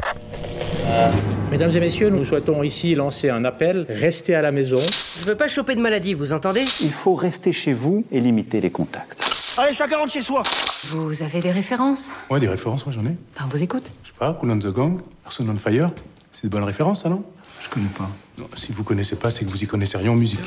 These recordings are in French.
Mesdames et messieurs, nous souhaitons ici lancer un appel. Restez à la maison. Je veux pas choper de maladie, vous entendez ? Il faut rester chez vous et limiter les contacts. Allez, chacun rentre chez soi. Vous avez des références ? Ouais, des références, moi j'en ai. On vous écoute. Je sais pas, Cool on the Gang, Person on Fire. C'est de bonnes références, ça, non? Je connais pas. Non, si vous connaissez pas, c'est que vous y connaissez rien en musique.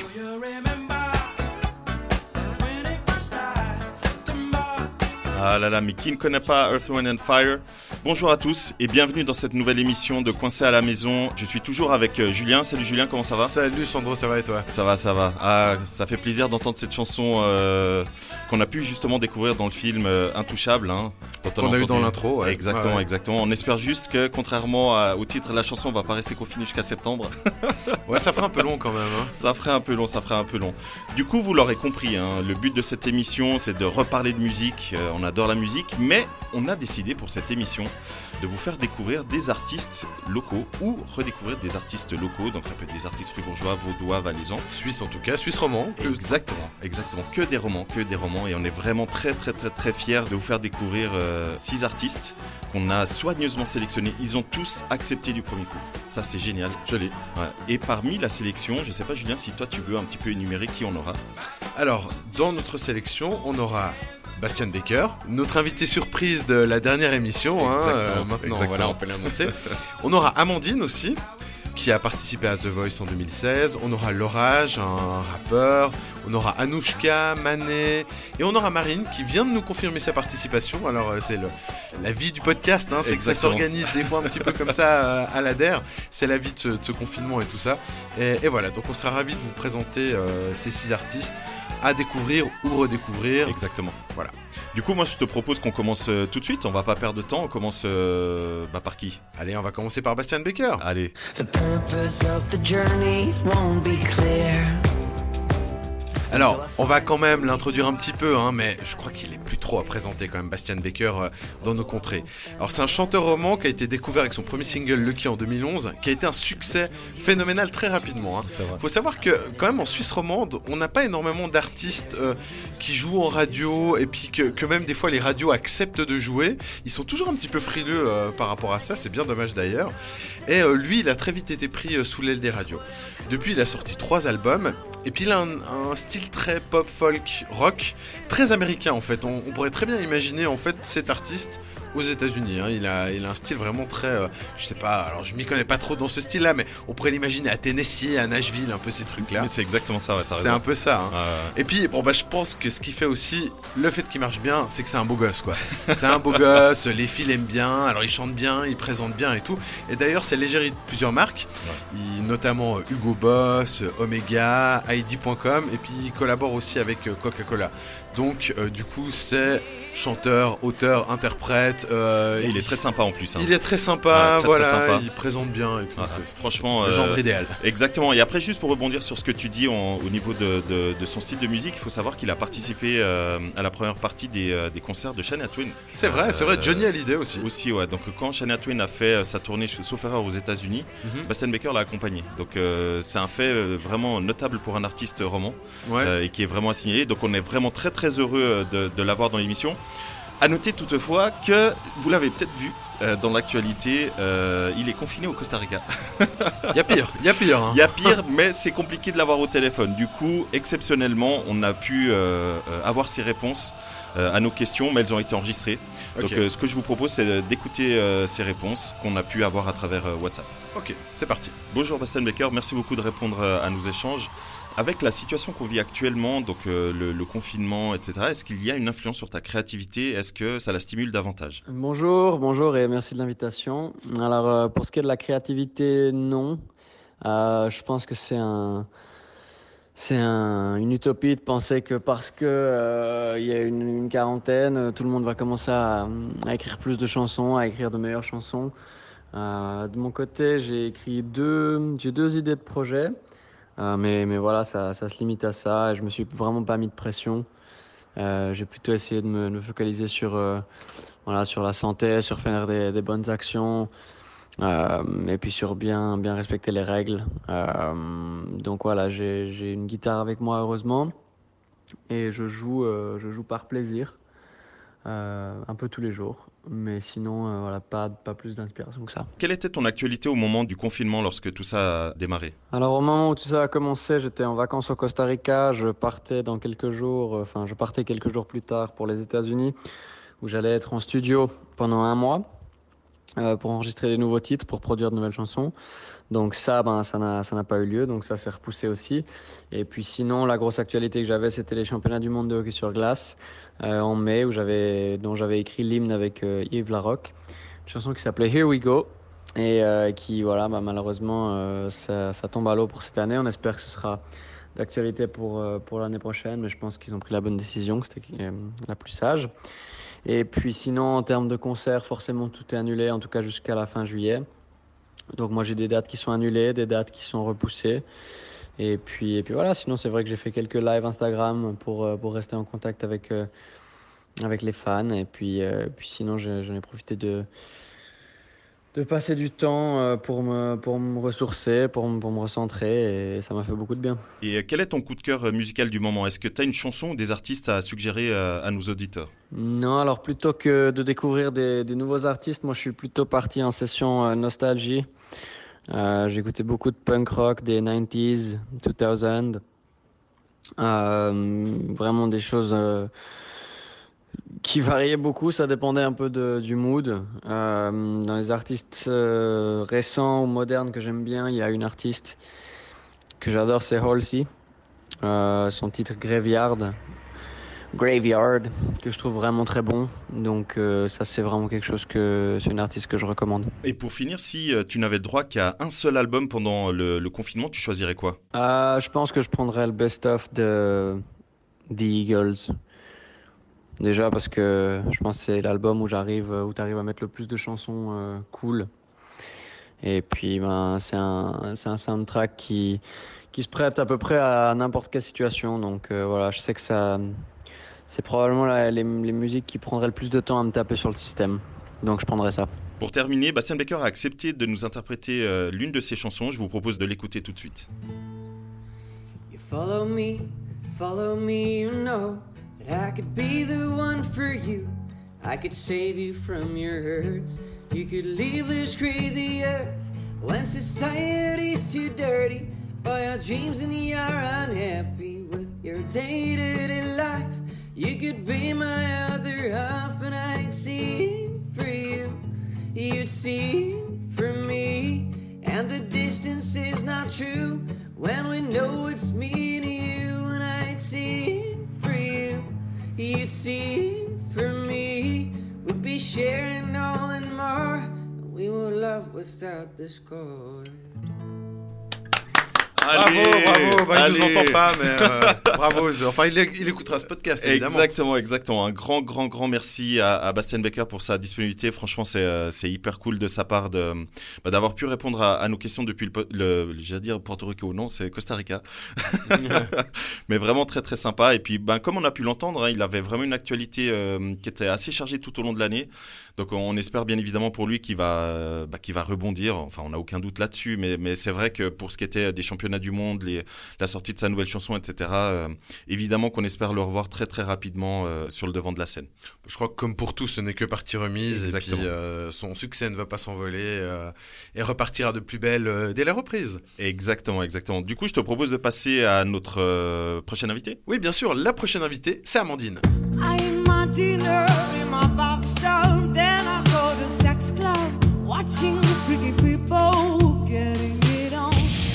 Ah là là, mais qui ne connaît pas Earth, Wind and Fire? Bonjour à tous et bienvenue dans cette nouvelle émission de Coincé à la maison. Je suis toujours avec Julien. Salut Julien, comment ça va? Salut Sandro, ça va et toi? Ça va, ça va. Ah, ça fait plaisir d'entendre cette chanson qu'on a pu justement découvrir dans le film Intouchable. Hein, qu'on a eu dans l'intro. Ouais. Exactement, ouais. exactement. On espère juste que, contrairement au titre de la chanson, on va pas rester confiné jusqu'à septembre. Ouais, ça ferait un peu long quand même. Hein. Ça ferait un peu long. Du coup, vous l'aurez compris, hein, le but de cette émission, c'est de reparler de musique. On adore la musique, mais on a décidé pour cette émission de vous faire découvrir des artistes locaux ou redécouvrir des artistes locaux. Donc ça peut être des artistes fribourgeois, vaudois, valaisans. Suisse en tout cas, Suisse romand. Exactement. Que des romans. Et on est vraiment très fiers de vous faire découvrir 6 artistes qu'on a soigneusement sélectionnés. Ils ont tous accepté du premier coup. Ça, c'est génial. Joli. Ouais. Et parmi la sélection, je sais pas Julien, si toi tu veux un petit peu énumérer qui on aura. Alors, dans notre sélection, on aura Bastian Baker, notre invité surprise de la dernière émission. Maintenant, voilà, on peut l'annoncer. On aura Amandine aussi, qui a participé à The Voice en 2016. On aura L'Orage, un rappeur. On aura Anouchka, Manet. Et on aura Marine, qui vient de nous confirmer sa participation. Alors, c'est la vie du podcast, hein, c'est que ça s'organise des fois un petit peu comme ça à l'ADER. C'est la vie de ce confinement et tout ça. Et voilà, donc on sera ravis de vous présenter ces 6 artistes à découvrir ou redécouvrir. Exactement. Voilà. Du coup, moi, je te propose qu'on commence tout de suite. On va pas perdre de temps. On commence par qui? Allez, on va commencer par Bastian Baker. Allez. The purpose of the journey won't be clear. Alors, on va quand même l'introduire un petit peu, hein, mais je crois qu'il est plus trop à présenter quand même, Bastian Baker, dans nos contrées. Alors, c'est un chanteur roman qui a été découvert avec son premier single Lucky en 2011, qui a été un succès phénoménal très rapidement. Hein. C'est vrai. Faut savoir que quand même en Suisse romande, on n'a pas énormément d'artistes qui jouent en radio, et puis que même des fois les radios acceptent de jouer. Ils sont toujours un petit peu frileux par rapport à ça, c'est bien dommage d'ailleurs. Et lui, il a très vite été pris sous l'aile des radios. Depuis, il a sorti 3 albums. Et puis il a un style très pop, folk, rock, très américain en fait. On pourrait très bien imaginer en fait cet artiste aux États-Unis. Hein. Il a un style vraiment très, je sais pas. Alors je m'y connais pas trop dans ce style-là, mais on pourrait l'imaginer à Tennessee, à Nashville, un peu ces trucs-là. Mais c'est exactement ça. Ouais, c'est un peu ça. Hein. Et puis bon je pense que ce qui fait aussi le fait qu'il marche bien, c'est que c'est un beau gosse quoi. C'est un beau gosse. Les filles l'aiment bien. Alors il chante bien, il présente bien et tout. Et d'ailleurs c'est l'égérie de plusieurs marques, notamment Hugo Boss, Omega, ID.com, et puis il collabore aussi avec Coca-Cola. Donc du coup c'est chanteur, auteur, interprète. Et il est très sympa en plus. Hein. Il est très sympa, très, voilà, très sympa. Il présente bien et tout. Franchement, le genre idéal. Exactement. Et après, juste pour rebondir sur ce que tu dis au niveau de son style de musique, il faut savoir qu'il a participé à la première partie des concerts de Shania Twain. C'est vrai. Johnny Hallyday aussi. Aussi, ouais. Donc quand Shania Twain a fait sa tournée, sauf erreur, aux États-Unis, Bastian Baker l'a accompagné. Donc c'est un fait vraiment notable pour un artiste roman, et qui est vraiment assigné. Donc on est vraiment très heureux de l'avoir dans l'émission. À noter toutefois que, vous l'avez peut-être vu dans l'actualité, il est confiné au Costa Rica. Il y a pire. Hein. Il y a pire, mais c'est compliqué de l'avoir au téléphone. Du coup, exceptionnellement, on a pu avoir ses réponses à nos questions, mais elles ont été enregistrées. Okay. Donc ce que je vous propose, c'est d'écouter ces réponses qu'on a pu avoir à travers WhatsApp. Ok, c'est parti. Bonjour Bastian Baker, merci beaucoup de répondre à nos échanges. Avec la situation qu'on vit actuellement, donc le confinement, etc., est-ce qu'il y a une influence sur ta créativité? Est-ce que ça la stimule davantage? Bonjour et merci de l'invitation. Alors, pour ce qui est de la créativité, non. Je pense que c'est une utopie de penser que parce que il y a une quarantaine, tout le monde va commencer à écrire plus de chansons, à écrire de meilleures chansons. De mon côté, j'ai 2 idées de projets. Mais voilà, ça se limite à ça. Je me suis vraiment pas mis de pression. J'ai plutôt essayé de me focaliser sur la santé, sur faire des bonnes actions, et puis sur bien respecter les règles. Donc voilà, j'ai une guitare avec moi heureusement, et je joue par plaisir. un peu tous les jours. Mais sinon, voilà, pas plus d'inspiration que ça. Quelle était ton actualité au moment du confinement lorsque tout ça a démarré ? Alors au moment où tout ça a commencé, j'étais en vacances au Costa Rica. Je partais quelques jours plus tard pour les États-Unis, où j'allais être en studio pendant 1 mois pour enregistrer les nouveaux titres, pour produire de nouvelles chansons. Donc ça n'a pas eu lieu, donc ça s'est repoussé aussi. Et puis sinon, la grosse actualité que j'avais, c'était les championnats du monde de hockey sur glace en mai, dont j'avais écrit l'hymne avec Yves Larocque, une chanson qui s'appelait Here We Go, et qui, malheureusement, ça tombe à l'eau pour cette année. On espère que ce sera d'actualité pour l'année prochaine, mais je pense qu'ils ont pris la bonne décision, que c'était la plus sage. Et puis sinon, en termes de concerts, forcément, tout est annulé, en tout cas jusqu'à la fin juillet. Donc moi, j'ai des dates qui sont annulées, des dates qui sont repoussées. Et puis voilà, sinon c'est vrai que j'ai fait quelques lives Instagram pour rester en contact avec les fans. Et puis sinon, j'en ai profité de passer du temps pour me ressourcer, pour me recentrer, et ça m'a fait beaucoup de bien. Et quel est ton coup de cœur musical du moment ? Est-ce que tu as une chanson ou des artistes à suggérer à nos auditeurs ? Non, alors plutôt que de découvrir des nouveaux artistes, moi je suis plutôt parti en session nostalgie. J'ai écouté beaucoup de punk rock des 90s, 2000, vraiment des choses qui variaient beaucoup, ça dépendait un peu du mood. Dans les artistes récents ou modernes que j'aime bien, il y a une artiste que j'adore, c'est Halsey. Son titre Graveyard, que je trouve vraiment très bon. Donc ça, c'est vraiment c'est une artiste que je recommande. Et pour finir, si tu n'avais le droit qu'à un seul album pendant le confinement, tu choisirais quoi ? Je pense que je prendrais le best-of de The Eagles. Déjà parce que je pense que c'est l'album où tu arrives à mettre le plus de chansons cool. Et puis c'est un soundtrack qui se prête à peu près à n'importe quelle situation. Donc voilà, je sais que c'est probablement les musiques qui prendraient le plus de temps à me taper sur le système. Donc je prendrais ça. Pour terminer, Bastien Baker a accepté de nous interpréter l'une de ses chansons. Je vous propose de l'écouter tout de suite. You follow me, you know that I could be the one for you. I could save you from your hurts. You could leave this crazy earth when society's too dirty for your dreams and you're unhappy with your day-to-day life. You could be my other half and I'd sing for you. You'd sing for me. And the distance is not true when we know it's me and you. And I'd sing for you. You'd sing for me. We'd be sharing all and more. We would love without discord. Bravo, il nous entend pas, mais bravo. Enfin, il écoutera ce podcast, évidemment. Exactement. Un grand merci à Bastien Baker pour sa disponibilité. Franchement, c'est hyper cool de sa part d'avoir pu répondre à nos questions depuis j'allais dire Porto Rico, non, c'est Costa Rica. Mais vraiment très très sympa. Et puis, comme on a pu l'entendre, il avait vraiment une actualité qui était assez chargée tout au long de l'année. Donc, on espère bien évidemment pour lui qu'il va rebondir. Enfin, on n'a aucun doute là-dessus. Mais c'est vrai que pour ce qui était des championnats du monde, la sortie de sa nouvelle chanson, etc. Évidemment qu'on espère le revoir très très rapidement sur le devant de la scène. Je crois que comme pour tout, ce n'est que partie remise. Exactement. Et puis son succès ne va pas s'envoler et repartira de plus belle dès la reprise. Exactement. Du coup, je te propose de passer à notre prochaine invitée. Oui, bien sûr. La prochaine invitée, c'est Amandine. I'm a dinner in my bathtub, then I go to sex club, watching pretty people getting it on.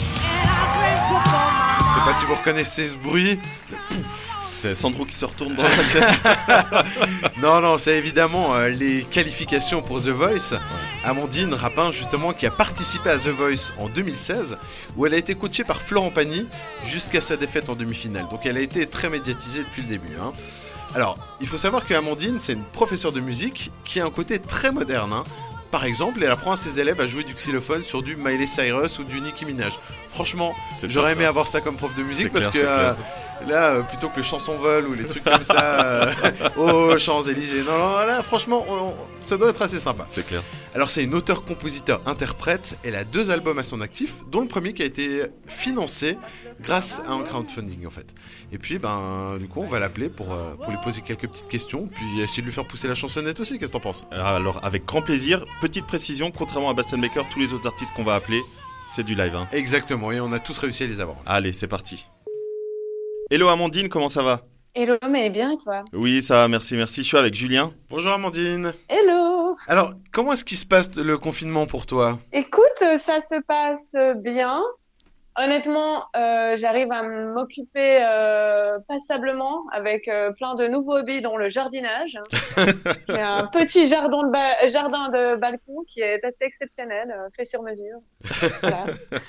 Je sais pas si vous reconnaissez ce bruit. C'est Sandro qui se retourne dans la chaise. Non, c'est évidemment les qualifications pour The Voice. Amandine Rapin, justement, qui a participé à The Voice en 2016, où elle a été coachée par Florent Pagny jusqu'à sa défaite en demi-finale. Donc elle a été très médiatisée depuis le début. Alors, il faut savoir qu'Amandine, c'est une professeure de musique qui a un côté très moderne. Par exemple, elle apprend à ses élèves à jouer du xylophone sur du Miley Cyrus ou du Nicki Minaj. Franchement, j'aurais aimé avoir ça comme prof de musique parce que là, plutôt que le chanson vol ou les trucs comme ça, aux Champs-Élysées, non, là, franchement, ça doit être assez sympa. C'est clair. Alors c'est une auteure-compositeur-interprète, elle a 2 albums à son actif, dont le premier qui a été financé grâce à un crowdfunding en fait. Et puis du coup on va l'appeler pour lui poser quelques petites questions, puis essayer de lui faire pousser la chansonnette aussi, qu'est-ce que t'en penses ? Alors avec grand plaisir, petite précision, contrairement à Bastian Baker, tous les autres artistes qu'on va appeler, c'est du live. Hein. Exactement, et on a tous réussi à les avoir. Allez, c'est parti. Hello Amandine, comment ça va ? Hello, mais bien et toi ? Oui, ça va, merci. Je suis avec Julien. Bonjour Amandine. Hello. Alors, comment est-ce qu'il se passe le confinement pour toi ? Écoute, ça se passe bien. Honnêtement, j'arrive à m'occuper passablement avec plein de nouveaux hobbies, dont le jardinage. J'ai un petit jardin de balcon qui est assez exceptionnel, fait sur mesure. Voilà.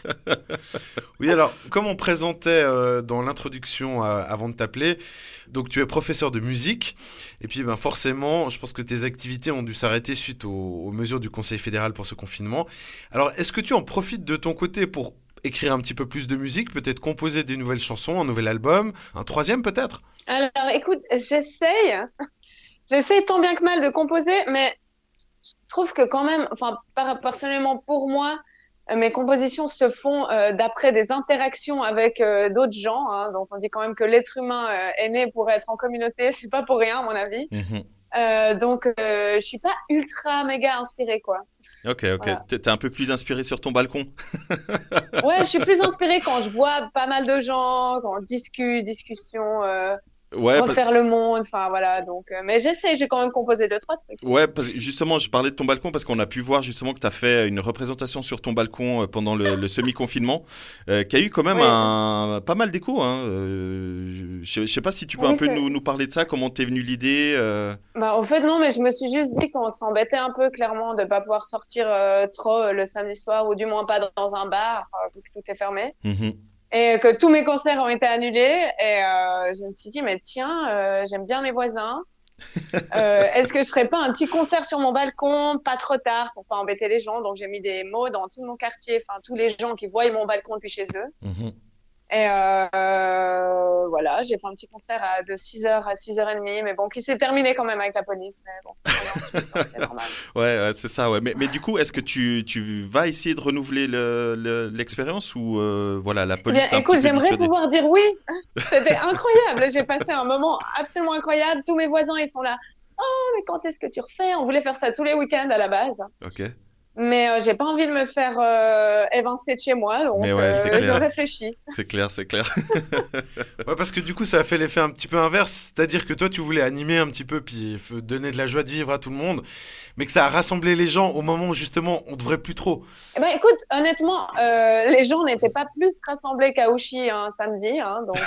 Oui, alors, comme on présentait dans l'introduction avant de t'appeler, donc tu es professeur de musique, et puis forcément, je pense que tes activités ont dû s'arrêter suite aux mesures du Conseil fédéral pour ce confinement. Alors, est-ce que tu en profites de ton côté pour écrire un petit peu plus de musique, peut-être composer des nouvelles chansons, un nouvel album, un 3e peut-être ? Alors écoute, j'essaye tant bien que mal de composer, mais je trouve que quand même, personnellement pour moi, mes compositions se font d'après des interactions avec d'autres gens, hein, donc on dit quand même que l'être humain est né pour être en communauté, c'est pas pour rien à mon avis. Donc je suis pas ultra méga inspirée quoi. Ok, voilà. T'es un peu plus inspirée sur ton balcon. Ouais, je suis plus inspirée quand je vois pas mal de gens, quand on discussion, refaire le monde, voilà. Donc, mais j'ai quand même composé 2-3 trucs. Ouais, parce que justement, je parlais de ton balcon parce qu'on a pu voir justement que t'as fait une représentation sur ton balcon pendant le semi-confinement, qui a eu quand même pas mal d'écho. Hein. Je sais pas si tu peux un peu nous parler de ça, comment t'es venue l'idée. En fait non, mais je me suis juste dit qu'on s'embêtait un peu clairement de pas pouvoir sortir trop le samedi soir, ou du moins pas dans un bar, vu que tout est fermé. Et que tous mes concerts ont été annulés, et je me suis dit mais tiens, j'aime bien mes voisins, est-ce que je ferais pas un petit concert sur mon balcon pas trop tard pour pas embêter les gens. Donc j'ai mis des mots dans tout mon quartier, tous les gens qui voient mon balcon depuis chez eux. Et voilà, j'ai fait un petit concert de 6h à 6h30, mais bon, qui s'est terminé quand même avec la police, mais bon, c'est normal. Ouais, c'est ça, ouais. Mais du coup, est-ce que tu vas essayer de renouveler l'expérience, ou la police t'a un petit peu j'aimerais dissuadé ? pouvoir dire oui. C'était incroyable, j'ai passé un moment absolument incroyable. Tous mes voisins, ils sont là. Oh, mais quand est-ce que tu refais ? On voulait faire ça tous les week-ends à la base. Ok. Mais j'ai pas envie de me faire évincer de chez moi, donc je réfléchis. C'est clair. Ouais, parce que du coup, ça a fait l'effet un petit peu inverse, c'est-à-dire que toi, tu voulais animer un petit peu, puis donner de la joie de vivre à tout le monde, mais que ça a rassemblé les gens au moment où justement, on devrait plus trop. Écoute, honnêtement, les gens n'étaient pas plus rassemblés qu'à Ouchy samedi, donc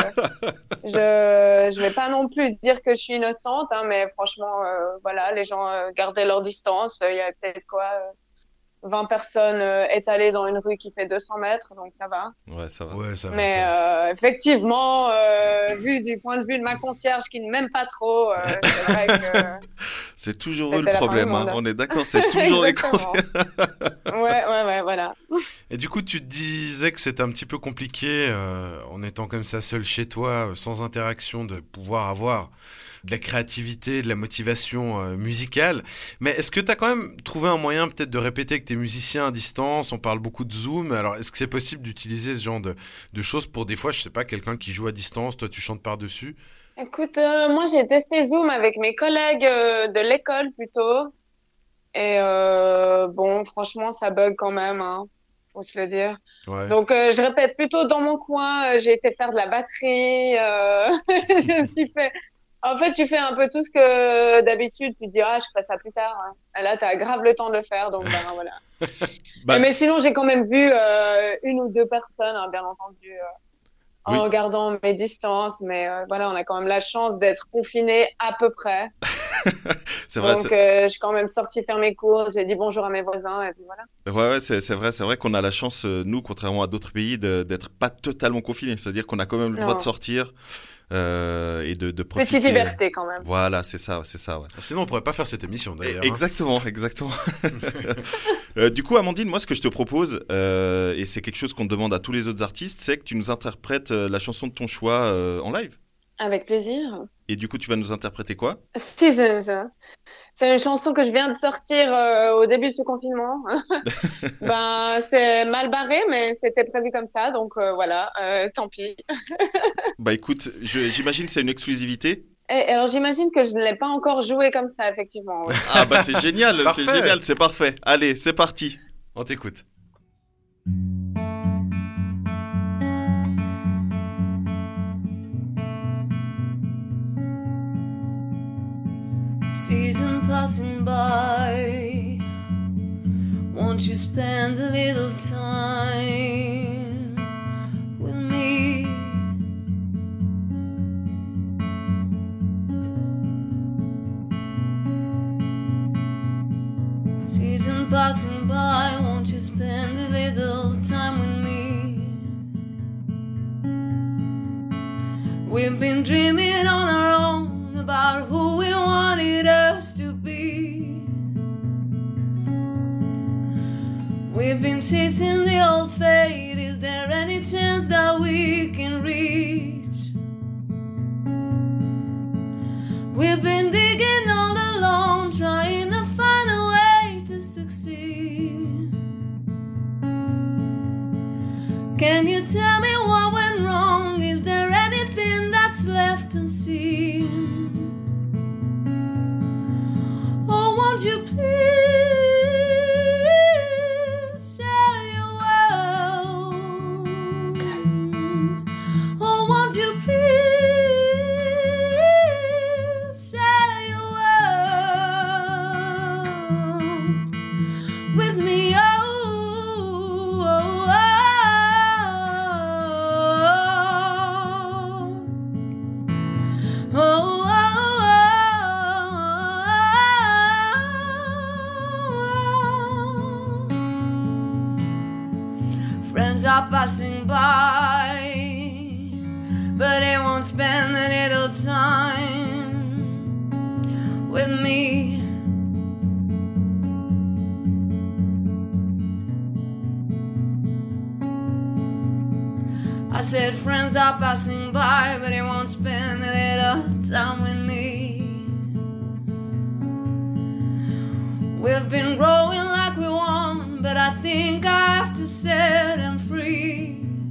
je vais pas non plus dire que je suis innocente, mais franchement, les gens gardaient leur distance. Il y avait peut-être 20 personnes étalées dans une rue qui fait 200 mètres, donc ça va. Ouais, ça va. Mais effectivement, vu du point de vue de ma concierge qui ne m'aime pas trop, c'est vrai que... C'est toujours eux le problème, hein. On est d'accord, c'est toujours les concierges. Ouais, voilà. Et du coup, tu te disais que c'était un petit peu compliqué, en étant comme ça seul chez toi, sans interaction, de pouvoir avoir de la créativité, de la motivation musicale. Mais est-ce que tu as quand même trouvé un moyen peut-être de répéter avec tes musiciens à distance ? On parle beaucoup de Zoom. Alors, est-ce que c'est possible d'utiliser ce genre de choses pour des fois, je sais pas, quelqu'un qui joue à distance, toi tu chantes par-dessus ? Écoute, moi j'ai testé Zoom avec mes collègues de l'école plutôt. Et franchement, ça bug quand même, faut se le dire. Ouais. Donc, je répète plutôt dans mon coin. J'ai été faire de la batterie. Je me suis fait... En fait, tu fais un peu tout ce que d'habitude, tu te dis, je ferai ça plus tard. Et là, tu as grave le temps de le faire, donc voilà. Mais sinon, j'ai quand même vu 1 ou 2 personnes, bien entendu, en gardant mes distances. Mais on a quand même la chance d'être confinés à peu près. C'est vrai. Donc, je suis quand même sortie faire mes cours, j'ai dit bonjour à mes voisins, et puis voilà. Ouais, c'est vrai qu'on a la chance, nous, contrairement à d'autres pays, d'être pas totalement confinés. C'est-à-dire qu'on a quand même le droit de sortir. Et de profiter. Petite liberté quand même. Voilà, c'est ça, ouais. Sinon, on pourrait pas faire cette émission d'ailleurs. Exactement. Du coup, Amandine, moi, ce que je te propose, et c'est quelque chose qu'on demande à tous les autres artistes, c'est que tu nous interprètes la chanson de ton choix en live. Avec plaisir. Et du coup, tu vas nous interpréter quoi? Seasons. C'est une chanson que je viens de sortir au début de ce confinement. Ben, c'est mal barré, mais c'était prévu comme ça, donc voilà, tant pis. Bah écoute, j'imagine que c'est une exclusivité. Et alors j'imagine que je ne l'ai pas encore joué comme ça, effectivement. Ouais. Ah bah c'est génial, c'est parfait. Allez, c'est parti. On t'écoute. Season passing by, won't you spend a little time with me? Season passing by, won't you spend a little time with me? We've been dreaming on our own about who we wanted us to be. We've been chasing the old fate. Is there any chance that we can reach? We've been digging all alone, trying to find a way to succeed. Can you tell me what went wrong? Is there anything that's left unseen? Oh, won't you please share your world? Oh, won't you please share your world with me? Friends are passing by, but they won't spend a little time with me. I said friends are passing by, but they won't spend a little time with me. We've been growing like we want, but I think I have to set them free.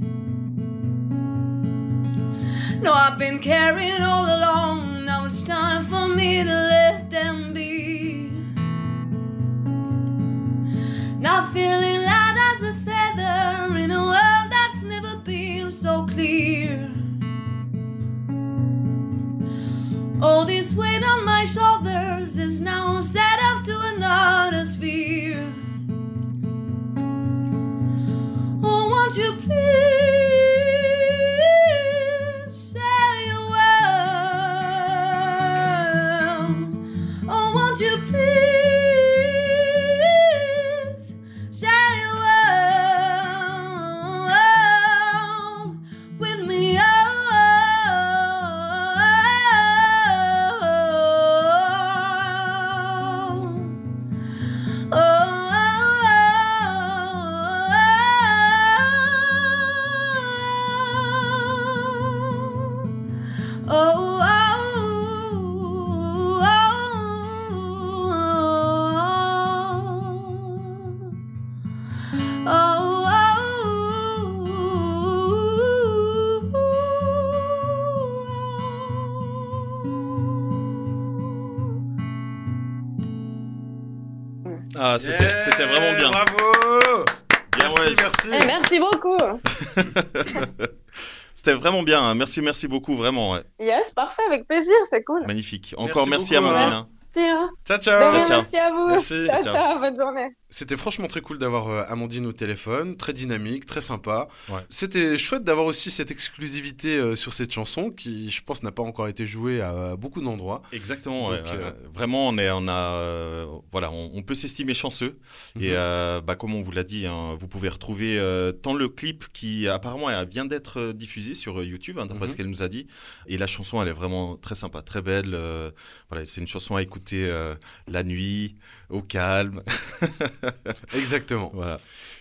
No, I've been carrying all along. Now it's time for me to let them be. Not feeling light as a feather in a world that's never been so clear. All this weight on my shoulders is now set off to another sphere. Oh, won't you please share your world? Oh, won't you please share your world with me? Ah, c'était vraiment bien. Bravo. Bien, merci. Merci beaucoup. C'était vraiment bien. Hein. Merci beaucoup, vraiment. Ouais. Yes, parfait, avec plaisir, c'est cool. Magnifique. Encore merci beaucoup, Amandine. Hein. Ciao. Merci à vous. Merci. Ciao, bonne journée. C'était franchement très cool d'avoir Amandine au téléphone, très dynamique, très sympa. Ouais. C'était chouette d'avoir aussi cette exclusivité sur cette chanson qui, je pense, n'a pas encore été jouée à beaucoup d'endroits. Exactement. Donc, vraiment, on peut s'estimer chanceux. Et comme on vous l'a dit, hein, vous pouvez retrouver tant le clip qui apparemment vient d'être diffusé sur YouTube, hein, d'après ce qu'elle nous a dit. Et la chanson, elle est vraiment très sympa, très belle. C'est une chanson à écouter la nuit, au calme. Exactement. Voilà.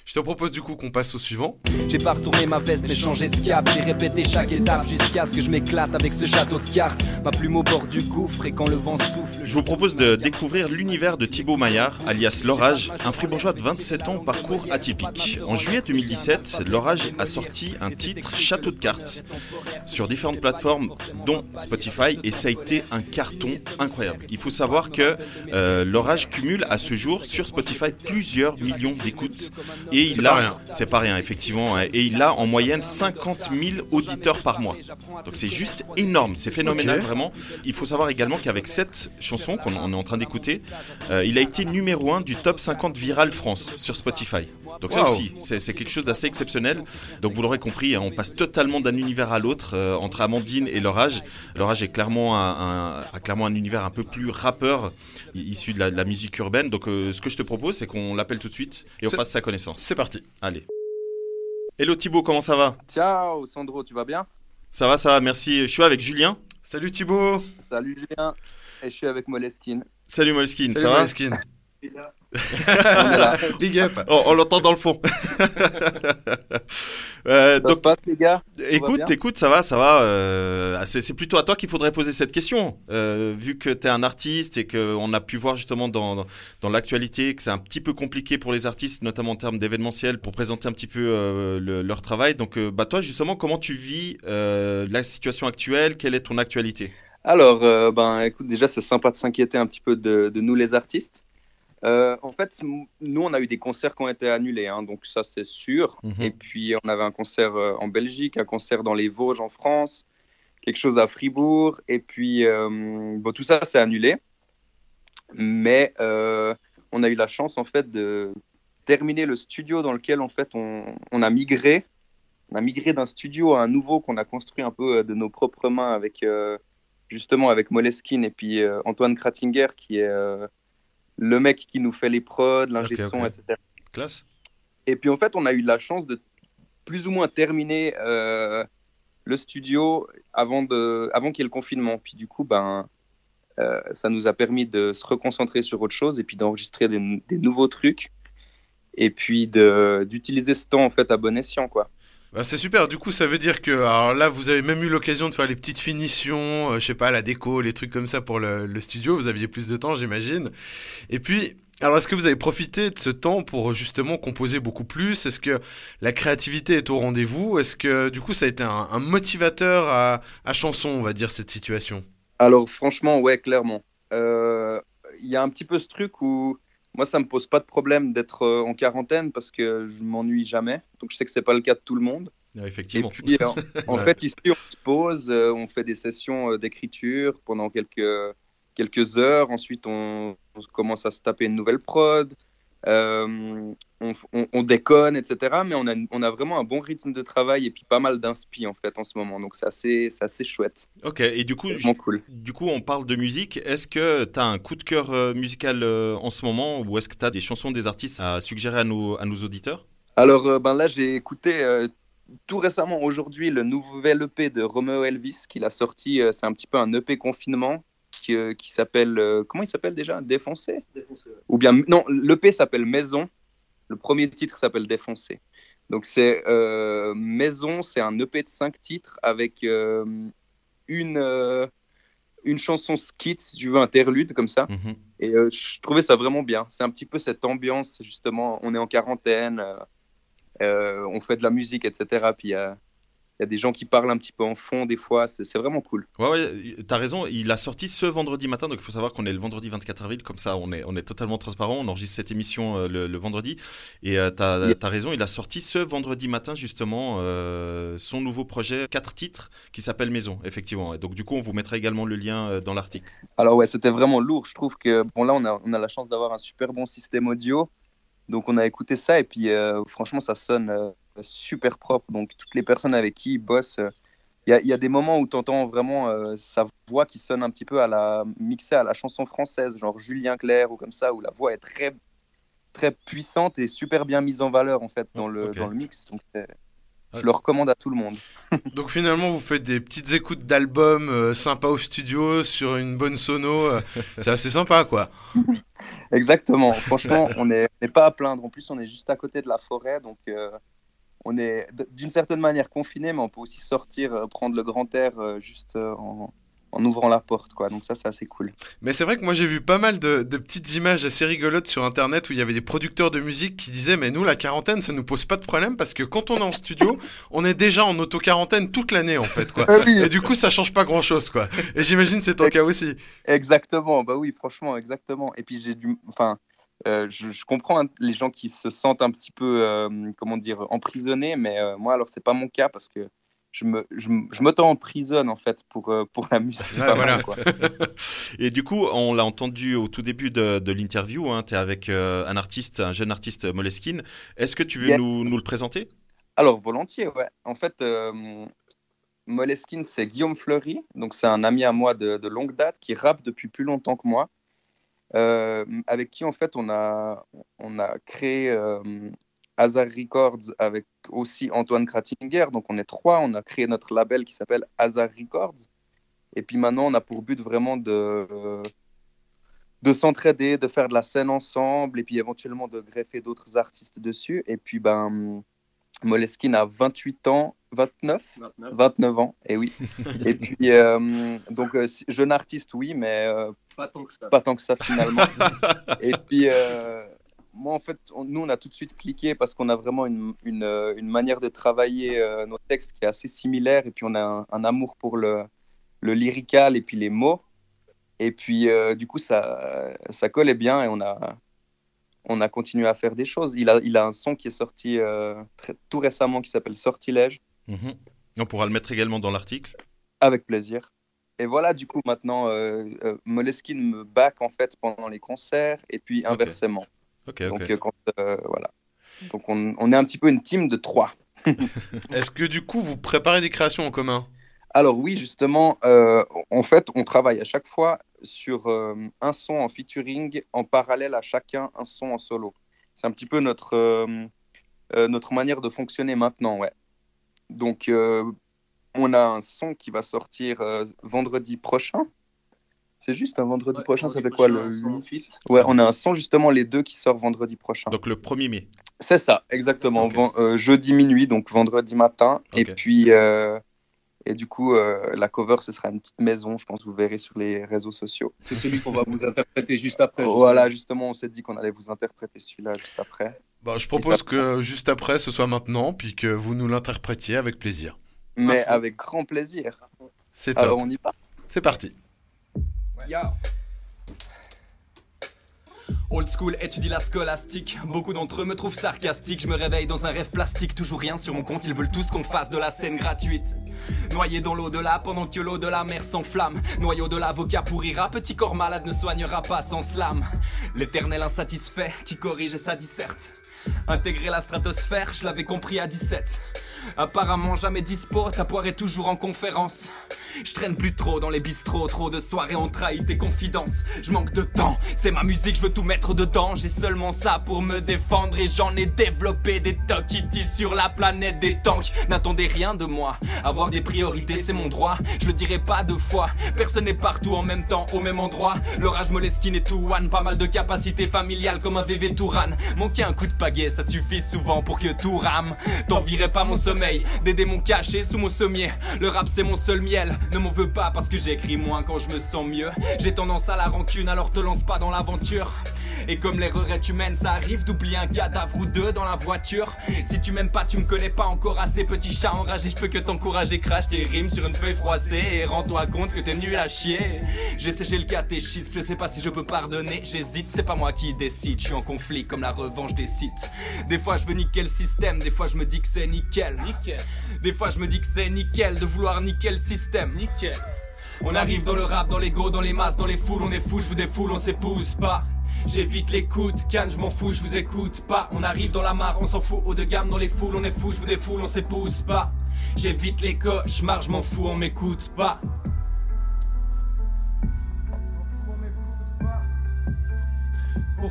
Je te propose du coup qu'on passe au suivant. J'ai pas retourné ma veste mais changé de cap. J'ai répété chaque étape jusqu'à ce que je m'éclate avec ce château de cartes. Ma plume au bord du gouffre et quand le vent souffle. Je vous propose de découvrir l'univers de Thibaut Maillard, alias L'Orage, un fribourgeois de 27 ans au parcours atypique. En juillet 2017, L'Orage a sorti un titre, Château de cartes, sur différentes plateformes dont Spotify, et ça a été un carton incroyable. Il faut savoir que L'Orage cumule à ce jour sur Spotify plusieurs millions d'écoutes. Et c'est pas rien, effectivement. Et il a en moyenne 50 000 auditeurs par mois. Donc c'est juste énorme, c'est phénoménal, vraiment. Il faut savoir également qu'avec cette chanson qu'on est en train d'écouter, il a été numéro 1 du top 50 viral France sur Spotify. Donc ça aussi, c'est quelque chose d'assez exceptionnel. Donc vous l'aurez compris, on passe totalement d'un univers à l'autre entre Amandine et L'Orage. L'Orage est clairement un univers un peu plus rappeur, issu de la musique urbaine. Donc ce que je te propose, c'est qu'on l'appelle tout de suite et on fasse sa connaissance. C'est parti. Allez. Hello Thibaut, comment ça va ? Ciao Sandro, tu vas bien ? Ça va, merci. Je suis avec Julien. Salut Thibaut. Salut Julien. Et je suis avec Moleskine. Salut Moleskine, ça va ? Moleskine. Big up. On l'entend dans le fond. Ça se passe les gars ? Écoute, ça va. C'est plutôt à toi qu'il faudrait poser cette question. Vu que tu es un artiste et qu'on a pu voir justement dans l'actualité que c'est un petit peu compliqué pour les artistes, notamment en termes d'événementiel, pour présenter un petit peu leur travail. Donc toi justement, comment tu vis la situation actuelle ? Quelle est ton actualité ? Alors, écoute, déjà c'est sympa de s'inquiéter un petit peu de nous les artistes. En fait, nous, on a eu des concerts qui ont été annulés, hein, donc ça, c'est sûr. Et puis, on avait un concert en Belgique, un concert dans les Vosges en France, quelque chose à Fribourg. Et puis, tout ça, c'est annulé. Mais on a eu la chance, en fait, de terminer le studio dans lequel, en fait, on a migré. On a migré d'un studio à un nouveau qu'on a construit un peu de nos propres mains avec, justement, avec Moleskine et puis Antoine Krattinger, qui est... le mec qui nous fait les prods, l'ingé son, etc. Classe. Et puis en fait, on a eu la chance de plus ou moins terminer le studio avant qu'il y ait le confinement. Puis du coup, ça nous a permis de se reconcentrer sur autre chose et puis d'enregistrer des nouveaux trucs et puis d'utiliser ce temps en fait à bon escient, quoi. Bah c'est super, du coup ça veut dire que alors là vous avez même eu l'occasion de faire les petites finitions, je sais pas, la déco, les trucs comme ça pour le studio, vous aviez plus de temps j'imagine. Et puis, alors est-ce que vous avez profité de ce temps pour justement composer beaucoup plus ? Est-ce que la créativité est au rendez-vous ? Est-ce que du coup ça a été un motivateur à chanson, on va dire, cette situation ? Alors franchement, ouais, clairement. Il y a un petit peu ce truc où... Moi, ça me pose pas de problème d'être en quarantaine parce que je m'ennuie jamais. Donc, je sais que c'est pas le cas de tout le monde. Effectivement. Et puis, en fait, ici, on se pose, on fait des sessions d'écriture pendant quelques heures. Ensuite, on commence à se taper une nouvelle prod. On déconne, etc. Mais on a vraiment un bon rythme de travail et puis pas mal d'inspi en fait en ce moment. Donc c'est assez chouette. Ok, et du coup, cool. Du coup, on parle de musique. Est-ce que tu as un coup de cœur musical en ce moment ou est-ce que tu as des chansons des artistes à suggérer à nos auditeurs ? Alors là, j'ai écouté tout récemment aujourd'hui le nouvel EP de Romeo Elvis qu'il a sorti. C'est un petit peu un EP confinement. Qui s'appelle, comment il s'appelle déjà ? Défoncé. Ou bien, non, l'EP s'appelle Maison. Le premier titre s'appelle Défoncé. Donc, c'est Maison, c'est un EP de 5 titres avec une chanson skit, si tu veux, interlude, comme ça. Et je trouvais ça vraiment bien. C'est un petit peu cette ambiance, justement, on est en quarantaine, on fait de la musique, etc. Puis il y a des gens qui parlent un petit peu en fond des fois, c'est vraiment cool. Ouais, t'as raison, il a sorti ce vendredi matin, donc il faut savoir qu'on est le vendredi 24 avril, comme ça on est totalement transparent, on enregistre cette émission le vendredi, et t'as raison, il a sorti ce vendredi matin justement son nouveau projet, 4 titres, qui s'appelle Maison, effectivement, et donc du coup on vous mettra également le lien dans l'article. Alors ouais, c'était vraiment lourd, je trouve que, bon là on a la chance d'avoir un super bon système audio, donc on a écouté ça, et puis franchement ça sonne... super propre, donc toutes les personnes avec qui il bosse, il y a des moments où tu entends vraiment sa voix qui sonne un petit peu mixée à la chanson française, genre Julien Clerc ou comme ça, où la voix est très, très puissante et super bien mise en valeur en fait dans le mix. Donc Je le recommande à tout le monde. Donc finalement, vous faites des petites écoutes d'albums sympas au studio, sur une bonne sono. C'est assez sympa, quoi. Exactement. Franchement, on n'est pas à plaindre. En plus, on est juste à côté de la forêt. Donc, on est d'une certaine manière confiné, mais on peut aussi sortir, prendre le grand air juste en ouvrant la porte, quoi. Donc ça, c'est assez cool. Mais c'est vrai que moi, j'ai vu pas mal de petites images assez rigolotes sur Internet où il y avait des producteurs de musique qui disaient « Mais nous, la quarantaine, ça nous pose pas de problème parce que quand on est en studio, on est déjà en auto-quarantaine toute l'année, en fait, quoi. Oui. Et du coup, ça change pas grand-chose, quoi. Et j'imagine c'est ton cas aussi. Exactement. Bah oui, franchement, exactement. Et puis, je comprends les gens qui se sentent un petit peu, emprisonnés, mais moi, alors, c'est pas mon cas parce que je m'auto-emprisonne en fait pour la musique. Voilà. Quoi. Et du coup, on l'a entendu au tout début de l'interview, hein, tu es avec un jeune artiste Moleskine. Est-ce que tu veux nous le présenter ? Alors, volontiers, ouais. En fait, Moleskine, c'est Guillaume Fleury, donc c'est un ami à moi de longue date qui rappe depuis plus longtemps que moi, avec qui en fait on a créé Hazard Records avec aussi Antoine Kratinger, donc on est 3, on a créé notre label qui s'appelle Hazard Records, et puis maintenant on a pour but vraiment de s'entraider, de faire de la scène ensemble, et puis éventuellement de greffer d'autres artistes dessus, et puis Moleskine a 29 ans, et oui, et puis jeune artiste, oui, mais pas tant que ça finalement, et puis moi, en fait, nous, on a tout de suite cliqué parce qu'on a vraiment une manière de travailler nos textes qui est assez similaire. Et puis, on a un amour pour le lyrical et puis les mots. Et puis, du coup, ça collait bien et on a continué à faire des choses. Il a un son qui est sorti tout récemment qui s'appelle Sortilège. Mm-hmm. On pourra le mettre également dans l'article. Avec plaisir. Et voilà, du coup, maintenant, Moleskine me back, en fait, pendant les concerts et puis inversement. Okay, donc voilà. Donc on est un petit peu une team de 3. Est-ce que du coup vous préparez des créations en commun ? Alors oui, justement, en fait, on travaille à chaque fois sur un son en featuring en parallèle à chacun un son en solo. C'est un petit peu notre manière de fonctionner maintenant, ouais. Donc on a un son qui va sortir vendredi prochain. C'est juste un vendredi prochain, ça fait quoi le 8 ? Ouais, on a un son justement les deux qui sort vendredi prochain. Donc le 1er mai. C'est ça, exactement. Okay. Jeudi minuit, donc vendredi matin. Okay. Et puis, et du coup, la cover, ce sera une petite maison, je pense que vous verrez sur les réseaux sociaux. C'est celui qu'on va vous interpréter juste après. Voilà, justement, on s'est dit qu'on allait vous interpréter celui-là juste après. Je propose que juste après, ce soit maintenant, puis que vous nous l'interprétiez avec plaisir. Mais avec grand plaisir. C'est top. Alors on y va. C'est parti. Yo. Old school étudie la scolastique. Beaucoup d'entre eux me trouvent sarcastique. Je me réveille dans un rêve plastique. Toujours rien sur mon compte, ils veulent tous qu'on fasse de la scène gratuite. Noyé dans l'au-delà pendant que l'eau de la mer s'enflamme. Noyau de l'avocat pourrira, petit corps malade ne soignera pas sans slam. L'éternel insatisfait qui corrige sa disserte. Intégrer la stratosphère, je l'avais compris à 17. Apparemment jamais dispo, ta poire est toujours en conférence. Je traîne plus trop dans les bistrots, trop de soirées ont trahi tes confidences. Je manque de temps, c'est ma musique, je veux tout mettre dedans. J'ai seulement ça pour me défendre et j'en ai développé des tocs qui tissent sur la planète des tanks. N'attendez rien de moi, avoir des priorités c'est mon droit. Je le dirai pas 2 fois, personne n'est partout en même temps, au même endroit. L'orage Moleskine et tout one, pas mal de capacités familiales comme un VV Touran. Manquer un coup de pagaie, ça suffit souvent pour que tout rame. T'envierais pas mon sommeil, des démons cachés sous mon sommier. Le rap c'est mon seul miel, ne m'en veux pas parce que j'écris moins quand je me sens mieux. J'ai tendance à la rancune alors te lance pas dans l'aventure. Et comme l'erreur est humaine, ça arrive d'oublier un cadavre ou 2 dans la voiture. Si tu m'aimes pas, tu me connais pas encore assez. Petit chat enragé, je peux que t'encourager. Crache tes rimes sur une feuille froissée et rends-toi compte que t'es nul à chier. J'ai séché le catéchisme, je sais pas si je peux pardonner. J'hésite, c'est pas moi qui décide. Je suis en conflit comme la revanche des sites. Des fois je veux niquer le système, des fois je me dis que c'est nickel. Des fois je me dis que c'est nickel de vouloir niquer le système. On arrive dans le rap, dans l'ego, dans les masses, dans les foules. On est fou, je vous défoule, on s'épouse pas. J'évite l'écoute, Cannes, je m'en fous, je vous écoute pas. On arrive dans la mare, on s'en fout, haut de gamme dans les foules. On est fou, je vous défoule, on s'épouse pas. J'évite les cauchemars, je m'en fous, on m'écoute pas. Pour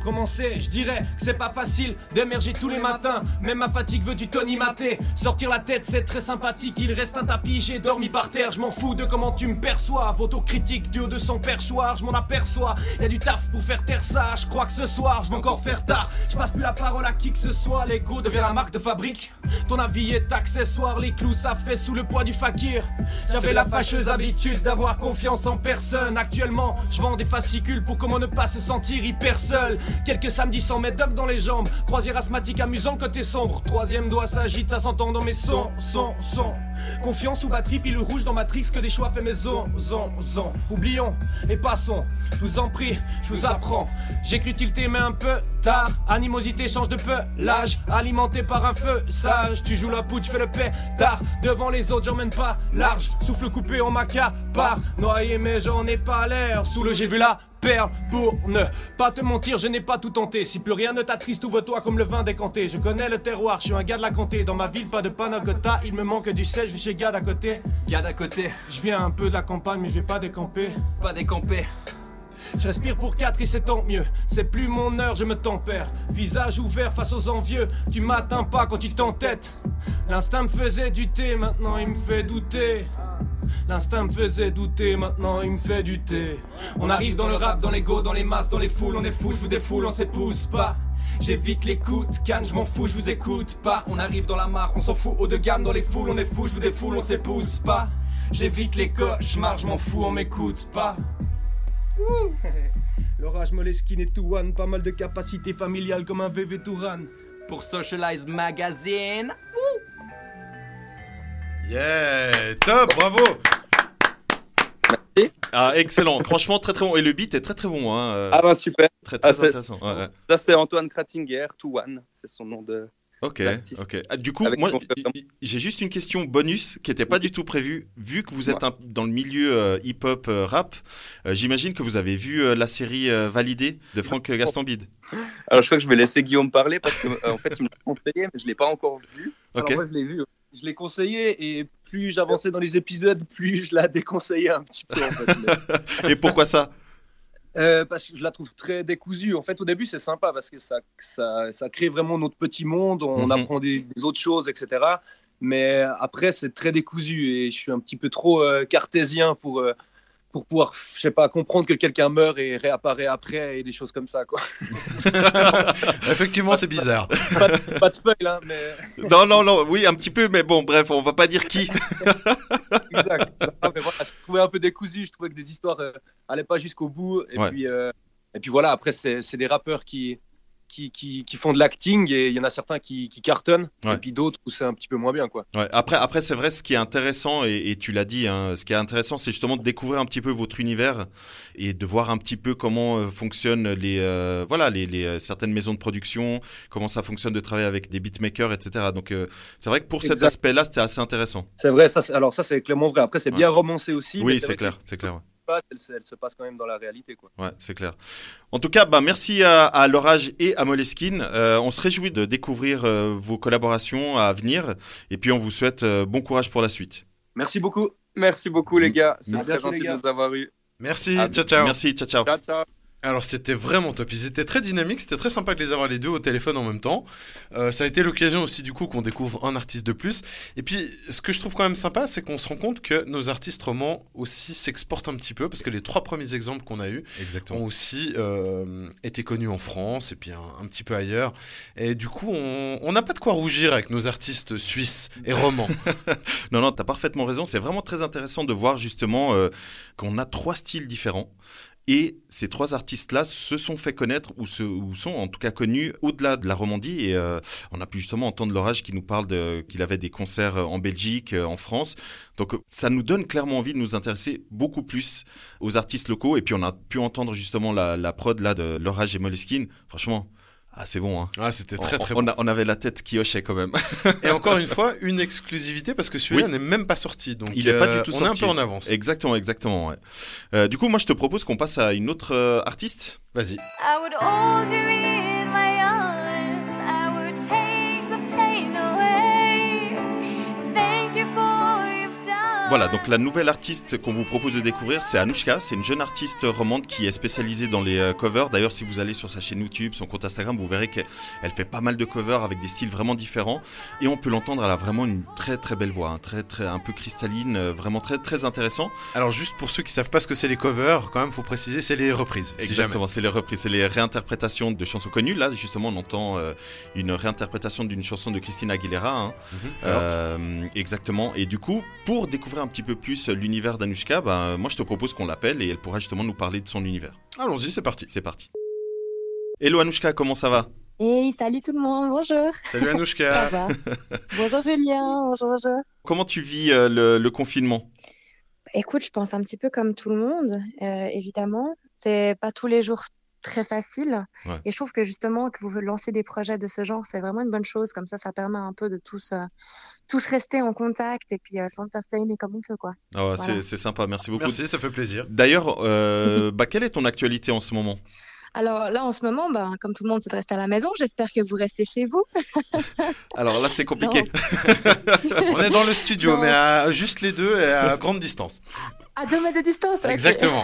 commencer, je dirais que c'est pas facile d'émerger tous les matins. Même ma fatigue veut du Tony Maté. Sortir la tête, c'est très sympathique. Il reste un tapis, j'ai dormi par terre. Je m'en fous de comment tu me perçois. Autocritique dure de son perchoir, je m'en aperçois. Y'a du taf pour faire taire ça. Je crois que ce soir, je vais encore faire tard. Je passe plus la parole à qui que ce soit. L'ego devient la marque de fabrique. Ton avis est accessoire. Les clous, ça fait sous le poids du fakir. J'avais la fâcheuse habitude d'avoir confiance en personne. Actuellement, je vends des fascicules pour comment ne pas se sentir hyper seul. Quelques samedis sans médoc dans les jambes. Croisière asthmatique amusant côté sombre. Troisième doigt s'agite, ça s'entend dans mes sons. Confiance ou batterie, pile rouge dans Matrix. Que des choix fait mes zon. Oublions et passons. Je vous en prie, je vous apprends. J'ai cru tilter mais un peu tard. Animosité change de peu l'âge. Alimenté par un feu sage. Tu joues la poutre, fais le pétard. Devant les autres j'emmène pas large. Souffle coupé on m'accapare. Noyé mais j'en ai pas l'air. Sous le j'ai vu la perle pour ne pas te mentir, je n'ai pas tout tenté. Si plus rien ne t'attriste, ouvre-toi comme le vin décanté. Je connais le terroir, je suis un gars de la comté. Dans ma ville, pas de panacota, il me manque du sel, je vais chez Gad à côté. Gad à côté. Je viens un peu de la campagne, mais je vais pas décamper. Pas décamper. Je respire pour 4 et c'est tant mieux. C'est plus mon heure, je me tempère. Visage ouvert face aux envieux. Tu m'atteins pas quand tu t'entêtes. L'instinct me faisait douter, maintenant il me fait douter. L'instinct me faisait douter, maintenant il me fait douter. On arrive dans le rap, dans l'ego, dans les masses, dans les foules. On est fou, je vous défoule, on s'épouse pas. J'évite l'écoute, canne, je m'en fous, je vous écoute pas. On arrive dans la mare, on s'en fout, haut de gamme dans les foules. On est fou, je vous défoule, on s'épouse pas. J'évite les cauchemars, je m'en fous, on m'écoute pas. L'orage Moleskine et Touane, pas mal de capacités familiales comme un VV Touran. Pour Socialize Magazine. Yeah, top, bravo. Merci. Ah, excellent, franchement très très bon. Et le beat est très très bon. Hein. Ah bah super. Très très intéressant. Ouais. Ça c'est Antoine Kratzinger, Touane, c'est son nom de... Ok. Ah, du coup, moi, j'ai juste une question bonus qui n'était pas du tout prévue. Vu que vous êtes dans le milieu hip-hop rap, j'imagine que vous avez vu la série Validé de Franck Gastambide. Alors je crois que je vais laisser Guillaume parler parce que en fait il me l'a conseillé, mais je l'ai pas encore vu. Ok. Alors moi je l'ai vu. Je l'ai conseillé et plus j'avançais dans les épisodes, plus je la déconseillais un petit peu en fait. Et pourquoi ça? Parce que je la trouve très décousue. En fait, au début, c'est sympa parce que ça crée vraiment notre petit monde. On apprend des autres choses, etc. Mais après, c'est très décousu et je suis un petit peu trop cartésien pour pouvoir, je sais pas, comprendre que quelqu'un meurt et réapparaît après et des choses comme ça, quoi. Effectivement, c'est bizarre. Pas de spoil, hein, mais... Non, oui, un petit peu, mais bon, bref, on va pas dire qui. Exact. Non, mais voilà, je trouvais un peu décousu, je trouvais que des histoires allaient pas jusqu'au bout. Et puis voilà, après, c'est des rappeurs qui font de l'acting et il y en a certains qui cartonnent et puis d'autres où c'est un petit peu moins bien, quoi. Ouais. Après c'est vrai, ce qui est intéressant et tu l'as dit, hein, ce qui est intéressant, c'est justement de découvrir un petit peu votre univers et de voir un petit peu comment fonctionnent les certaines maisons de production, comment ça fonctionne de travailler avec des beatmakers, etc. Donc c'est vrai que pour cet aspect-là, c'était assez intéressant. C'est vrai, ça c'est clairement vrai. Après c'est bien romancé aussi. Oui, c'est clair. Ouais. Elle se passe quand même dans la réalité, quoi. Ouais, c'est clair. En tout cas, merci à l'Orage et à Moleskine. On se réjouit de découvrir vos collaborations à venir. Et puis, on vous souhaite bon courage pour la suite. Merci beaucoup. Merci beaucoup, les gars. C'est très gentil de nous avoir eu. Merci, ciao. Merci, ciao. Ciao. Alors c'était vraiment top, ils étaient très dynamiques, c'était très sympa de les avoir les deux au téléphone en même temps. Ça a été l'occasion aussi du coup qu'on découvre un artiste de plus. Et puis ce que je trouve quand même sympa, c'est qu'on se rend compte que nos artistes romans aussi s'exportent un petit peu, parce que les 3 premiers exemples qu'on a eus ont aussi été connus en France et puis un petit peu ailleurs. Et du coup on n'a pas de quoi rougir avec nos artistes suisses et romans. Non, t'as parfaitement raison, c'est vraiment très intéressant de voir justement qu'on a 3 styles différents. Et ces 3 artistes-là se sont fait connaître ou sont en tout cas connus au-delà de la Romandie. Et on a pu justement entendre l'Orage qui nous parle qu'il avait des concerts en Belgique, en France. Donc ça nous donne clairement envie de nous intéresser beaucoup plus aux artistes locaux. Et puis on a pu entendre justement la prod là de l'Orage et Moleskine. Franchement... Ah, c'est bon, hein. Ah, c'était très bon. On avait la tête qui hochait quand même. Et encore une fois, une exclusivité parce que celui-là n'est même pas sorti. Donc il n'est pas du tout sorti. On est un peu en avance. Exactement. Ouais. Du coup, moi, je te propose qu'on passe à une autre artiste. Vas-y. I would hold you in my arms. I would take the pain away. Thank you for you've done. Voilà, donc la nouvelle artiste qu'on vous propose de découvrir, c'est Anouchka. C'est une jeune artiste romande qui est spécialisée dans les covers. D'ailleurs, si vous allez sur sa chaîne YouTube, son compte Instagram, vous verrez qu'elle fait pas mal de covers avec des styles vraiment différents. Et on peut l'entendre, elle a vraiment une très très belle voix, un peu cristalline, vraiment très très intéressant. Alors juste pour ceux qui savent pas ce que c'est les covers, quand même, faut préciser, c'est les reprises. Exactement, c'est les reprises, c'est les réinterprétations de chansons connues. Là, justement, on entend une réinterprétation d'une chanson de Christina Aguilera. Exactement. Et du coup, pour découvrir un petit peu plus l'univers d'Anouchka, moi je te propose qu'on l'appelle et elle pourra justement nous parler de son univers. Allons-y, c'est parti. C'est parti. Hello Anouchka, comment ça va? Hey, salut tout le monde, bonjour. Salut Anouchka. Ça va. Bonjour Julien, bonjour. Comment tu vis le confinement? Écoute, je pense un petit peu comme tout le monde, évidemment. C'est pas tous les jours très facile. Ouais. Et je trouve que justement, que vous lancez des projets de ce genre, c'est vraiment une bonne chose. Comme ça permet un peu de tous rester en contact et puis s'entertainer comme on peut, quoi. Ah ouais, Voilà. c'est sympa, merci beaucoup. Merci, ça fait plaisir. D'ailleurs, quelle est ton actualité en ce moment? Alors là, en ce moment, comme tout le monde, c'est de rester à la maison. J'espère que vous restez chez vous. Alors là, c'est compliqué. On est dans le studio, mais juste les deux et à grande distance. À 2 mètres de distance. ok. Exactement.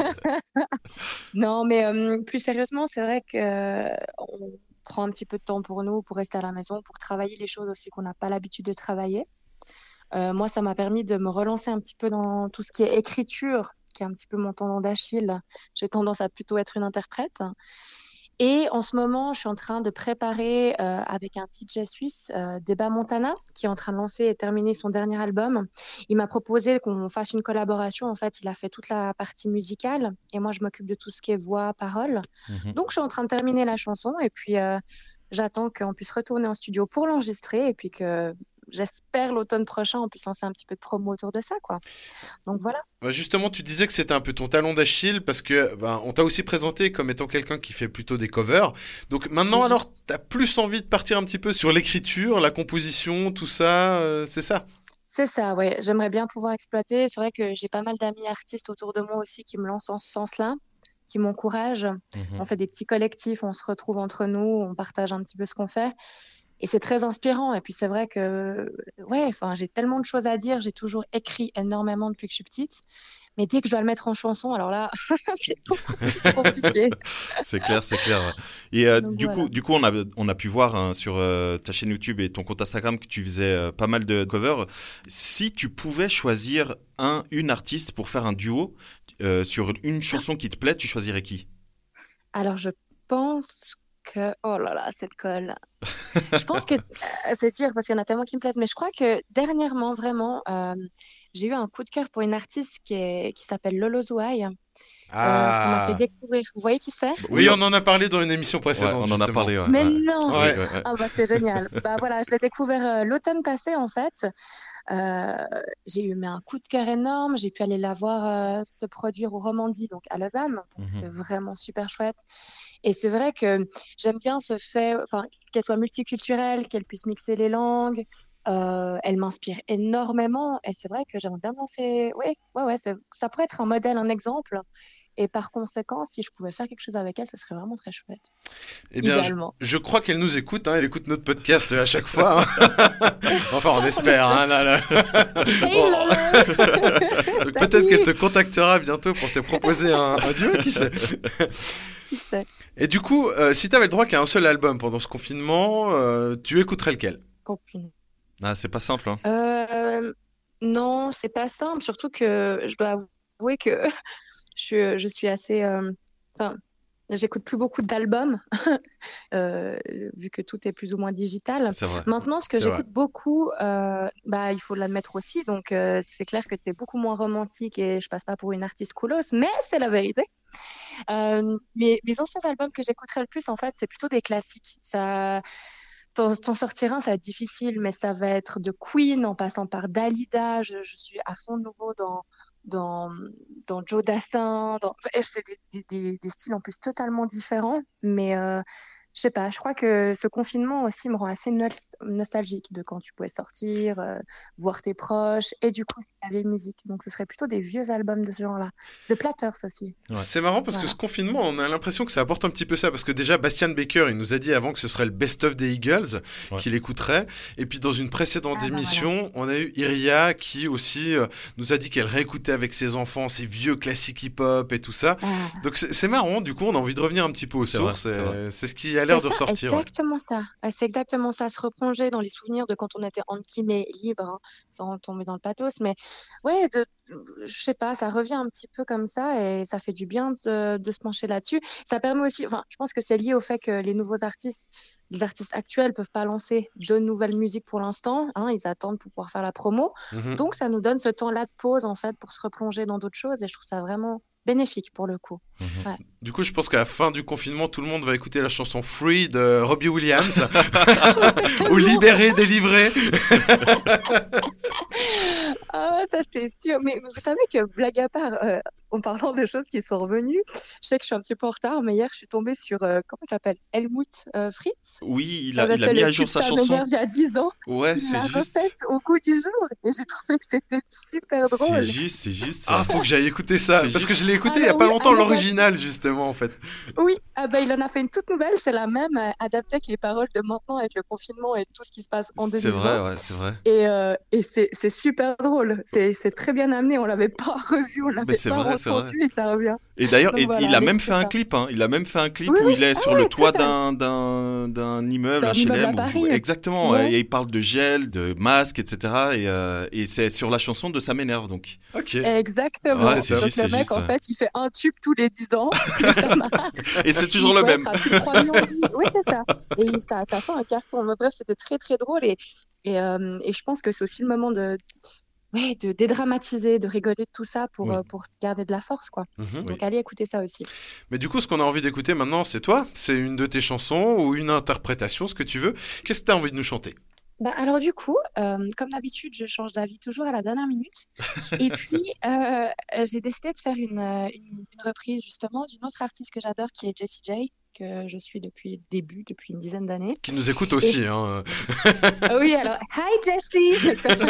Non, mais plus sérieusement, c'est vrai qu'on prend un petit peu de temps pour nous, pour rester à la maison, pour travailler les choses aussi qu'on n'a pas l'habitude de travailler. Moi, ça m'a permis de me relancer un petit peu dans tout ce qui est écriture, qui est un petit peu mon tendon d'Achille. J'ai tendance à plutôt être une interprète. Et en ce moment, je suis en train de préparer avec un DJ suisse, Deba Montana, qui est en train de lancer et terminer son dernier album. Il m'a proposé qu'on fasse une collaboration. En fait, il a fait toute la partie musicale et moi, je m'occupe de tout ce qui est voix, parole. Donc, je suis en train de terminer la chanson et puis j'attends qu'on puisse retourner en studio pour l'enregistrer et puis que j'espère l'automne prochain, on puisse lancer un petit peu de promo autour de ça, quoi. Donc voilà. Justement, tu disais que c'était un peu ton talon d'Achille parce que on t'a aussi présenté comme étant quelqu'un qui fait plutôt des covers. Donc maintenant, alors, t'as plus envie de partir un petit peu sur l'écriture, la composition, tout ça, c'est ça? C'est ça, ouais. J'aimerais bien pouvoir exploiter. C'est vrai que j'ai pas mal d'amis artistes autour de moi aussi qui me lancent en ce sens-là, qui m'encouragent. On fait des petits collectifs, on se retrouve entre nous, on partage un petit peu ce qu'on fait. Et c'est très inspirant. Et puis c'est vrai que j'ai tellement de choses à dire. J'ai toujours écrit énormément depuis que je suis petite. Mais dès que je dois le mettre en chanson, alors là, c'est beaucoup plus compliqué. C'est clair. Et du coup, on a pu voir sur ta chaîne YouTube et ton compte Instagram que tu faisais pas mal de covers. Si tu pouvais choisir une artiste pour faire un duo sur une chanson qui te plaît, tu choisirais qui? Alors je pense que... Oh là là, cette colle. Je pense que c'est dur parce qu'il y en a tellement qui me plaisent. Mais je crois que dernièrement, vraiment, j'ai eu un coup de cœur pour une artiste qui s'appelle Lolo Zouaï. Qu'on m'a fait découvrir. Vous voyez qui c'est? Oui, on en a parlé dans une émission précédente. Ouais, on en a parlé. Ouais, Mais ouais. non. Ouais. Ah c'est génial. Voilà, je l'ai découvert l'automne passé en fait. J'ai eu un coup de cœur énorme. J'ai pu aller la voir se produire au Romandie, donc à Lausanne. Donc, c'était vraiment super chouette. Et c'est vrai que j'aime bien ce fait, qu'elle soit multiculturelle, qu'elle puisse mixer les langues. Elle m'inspire énormément. Et c'est vrai que j'aimerais bien lancer. Ouais, ça pourrait être un modèle, un exemple. Et par conséquent, si je pouvais faire quelque chose avec elle, ce serait vraiment très chouette. Eh bien, je crois qu'elle nous écoute. Elle écoute notre podcast à chaque fois. Enfin, on espère. Donc, peut-être qu'elle te contactera bientôt pour te proposer un duo, qui sait. Et du coup, si tu avais le droit qu'à un seul album pendant ce confinement, tu écouterais lequel? Ah, c'est pas simple. Non, c'est pas simple. Surtout que je dois avouer que je suis assez... j'écoute plus beaucoup d'albums, vu que tout est plus ou moins digital. C'est vrai. Maintenant, ce que j'écoute beaucoup, il faut l'admettre aussi, donc c'est clair que c'est beaucoup moins romantique et je passe pas pour une artiste coolos, mais c'est la vérité. Mes anciens albums que j'écouterais le plus, en fait, c'est plutôt des classiques. T'en sortir un, ça va être difficile, mais ça va être de Queen en passant par Dalida. Je suis à fond de nouveau dans Joe Dassin. C'est des styles en plus totalement différents, mais je sais pas, je crois que ce confinement aussi me rend assez nostalgique de quand tu pouvais sortir, voir tes proches et du coup la vieille musique. Donc ce serait plutôt des vieux albums de ce genre-là. De Platters aussi. Ouais. C'est marrant parce que ce confinement, on a l'impression que ça apporte un petit peu ça. Parce que déjà, Bastian Baker, il nous a dit avant que ce serait le best-of des Eagles, qu'il écouterait. Et puis dans une précédente émission, on a eu Iria qui aussi nous a dit qu'elle réécoutait avec ses enfants ces vieux classiques hip-hop et tout ça. Donc c'est marrant, du coup on a envie de revenir un petit peu aux sources. C'est ce qui a l'air de ressortir. Exactement ça. C'est exactement ça. Se replonger dans les souvenirs de quand on était en guillemets libre, hein, sans tomber dans le pathos. Mais ouais, je sais pas, ça revient un petit peu comme ça et ça fait du bien de se pencher là-dessus. Ça permet aussi, enfin, je pense que c'est lié au fait que les artistes actuels peuvent pas lancer de nouvelles musiques pour l'instant, hein, ils attendent pour pouvoir faire la promo. Donc ça nous donne ce temps-là de pause en fait pour se replonger dans d'autres choses et je trouve ça vraiment bénéfique pour le coup. Ouais. Du coup, je pense qu'à la fin du confinement, tout le monde va écouter la chanson Free de Robbie Williams ou Libéré, délivré. Ah, ça c'est sûr. Mais vous savez que, blague à part, en parlant de choses qui sont revenues, je sais que je suis un petit peu en retard, mais hier je suis tombée sur, comment il s'appelle, Helmut Fritz. Oui, il a mis à jour sa chanson. Il y a 10 ans. Ouais, il c'est l'a juste. refaite au goût du jour et j'ai trouvé que c'était super drôle. C'est juste. Ah, faut que j'aille écouter ça. Parce que je l'ai écouté il y a pas longtemps, l'original, justement, en fait. Oui, il en a fait une toute nouvelle, c'est la même, adaptée avec les paroles de maintenant, avec le confinement et tout ce qui se passe en 2020. C'est vrai, ouais, c'est vrai. Et c'est super drôle. C'est très bien amené, on l'avait pas revu, on l'avait pas entendu et ça revient. Et d'ailleurs, Donc, voilà, il a même fait un clip, hein. Il a même fait un clip où il est sur le toit d'un immeuble HLM. Exactement, et il parle de gel, de masque, etc. Et c'est sur la chanson de Ça m'énerve, donc. Ok. Exactement. Ouais, c'est donc juste, le mec, en fait, il fait un tube tous les 10 ans. Et ça marche. Et c'est toujours le même. Oui, c'est ça. Et ça fait un carton. Mais bref, c'était très, très drôle. Et je pense que c'est aussi le moment de dédramatiser, de rigoler de tout ça pour garder de la force, quoi. Donc, allez écouter ça aussi. Mais du coup, ce qu'on a envie d'écouter maintenant, c'est toi. C'est une de tes chansons ou une interprétation, ce que tu veux. Qu'est-ce que tu as envie de nous chanter ? Alors du coup, comme d'habitude, je change d'avis toujours à la dernière minute. Et puis, j'ai décidé de faire une reprise justement d'une autre artiste que j'adore qui est Jessie J, que je suis depuis le début, depuis une dizaine d'années. Qui nous écoute aussi. Hein. Oui, alors, hi Jessie.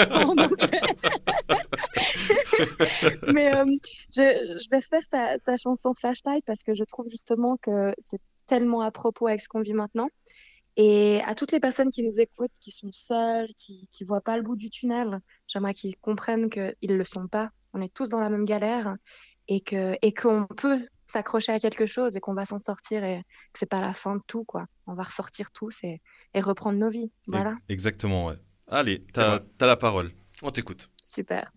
Mais je vais refaire sa chanson Flashlight parce que je trouve justement que c'est tellement à propos avec ce qu'on vit maintenant. Et à toutes les personnes qui nous écoutent, qui sont seules, qui voient pas le bout du tunnel, j'aimerais qu'ils comprennent qu'ils le sont pas. On est tous dans la même galère et qu'on peut s'accrocher à quelque chose et qu'on va s'en sortir et que c'est pas la fin de tout, quoi. On va ressortir tous et reprendre nos vies. Voilà. Exactement, ouais. Allez, t'as la parole. On t'écoute. Super.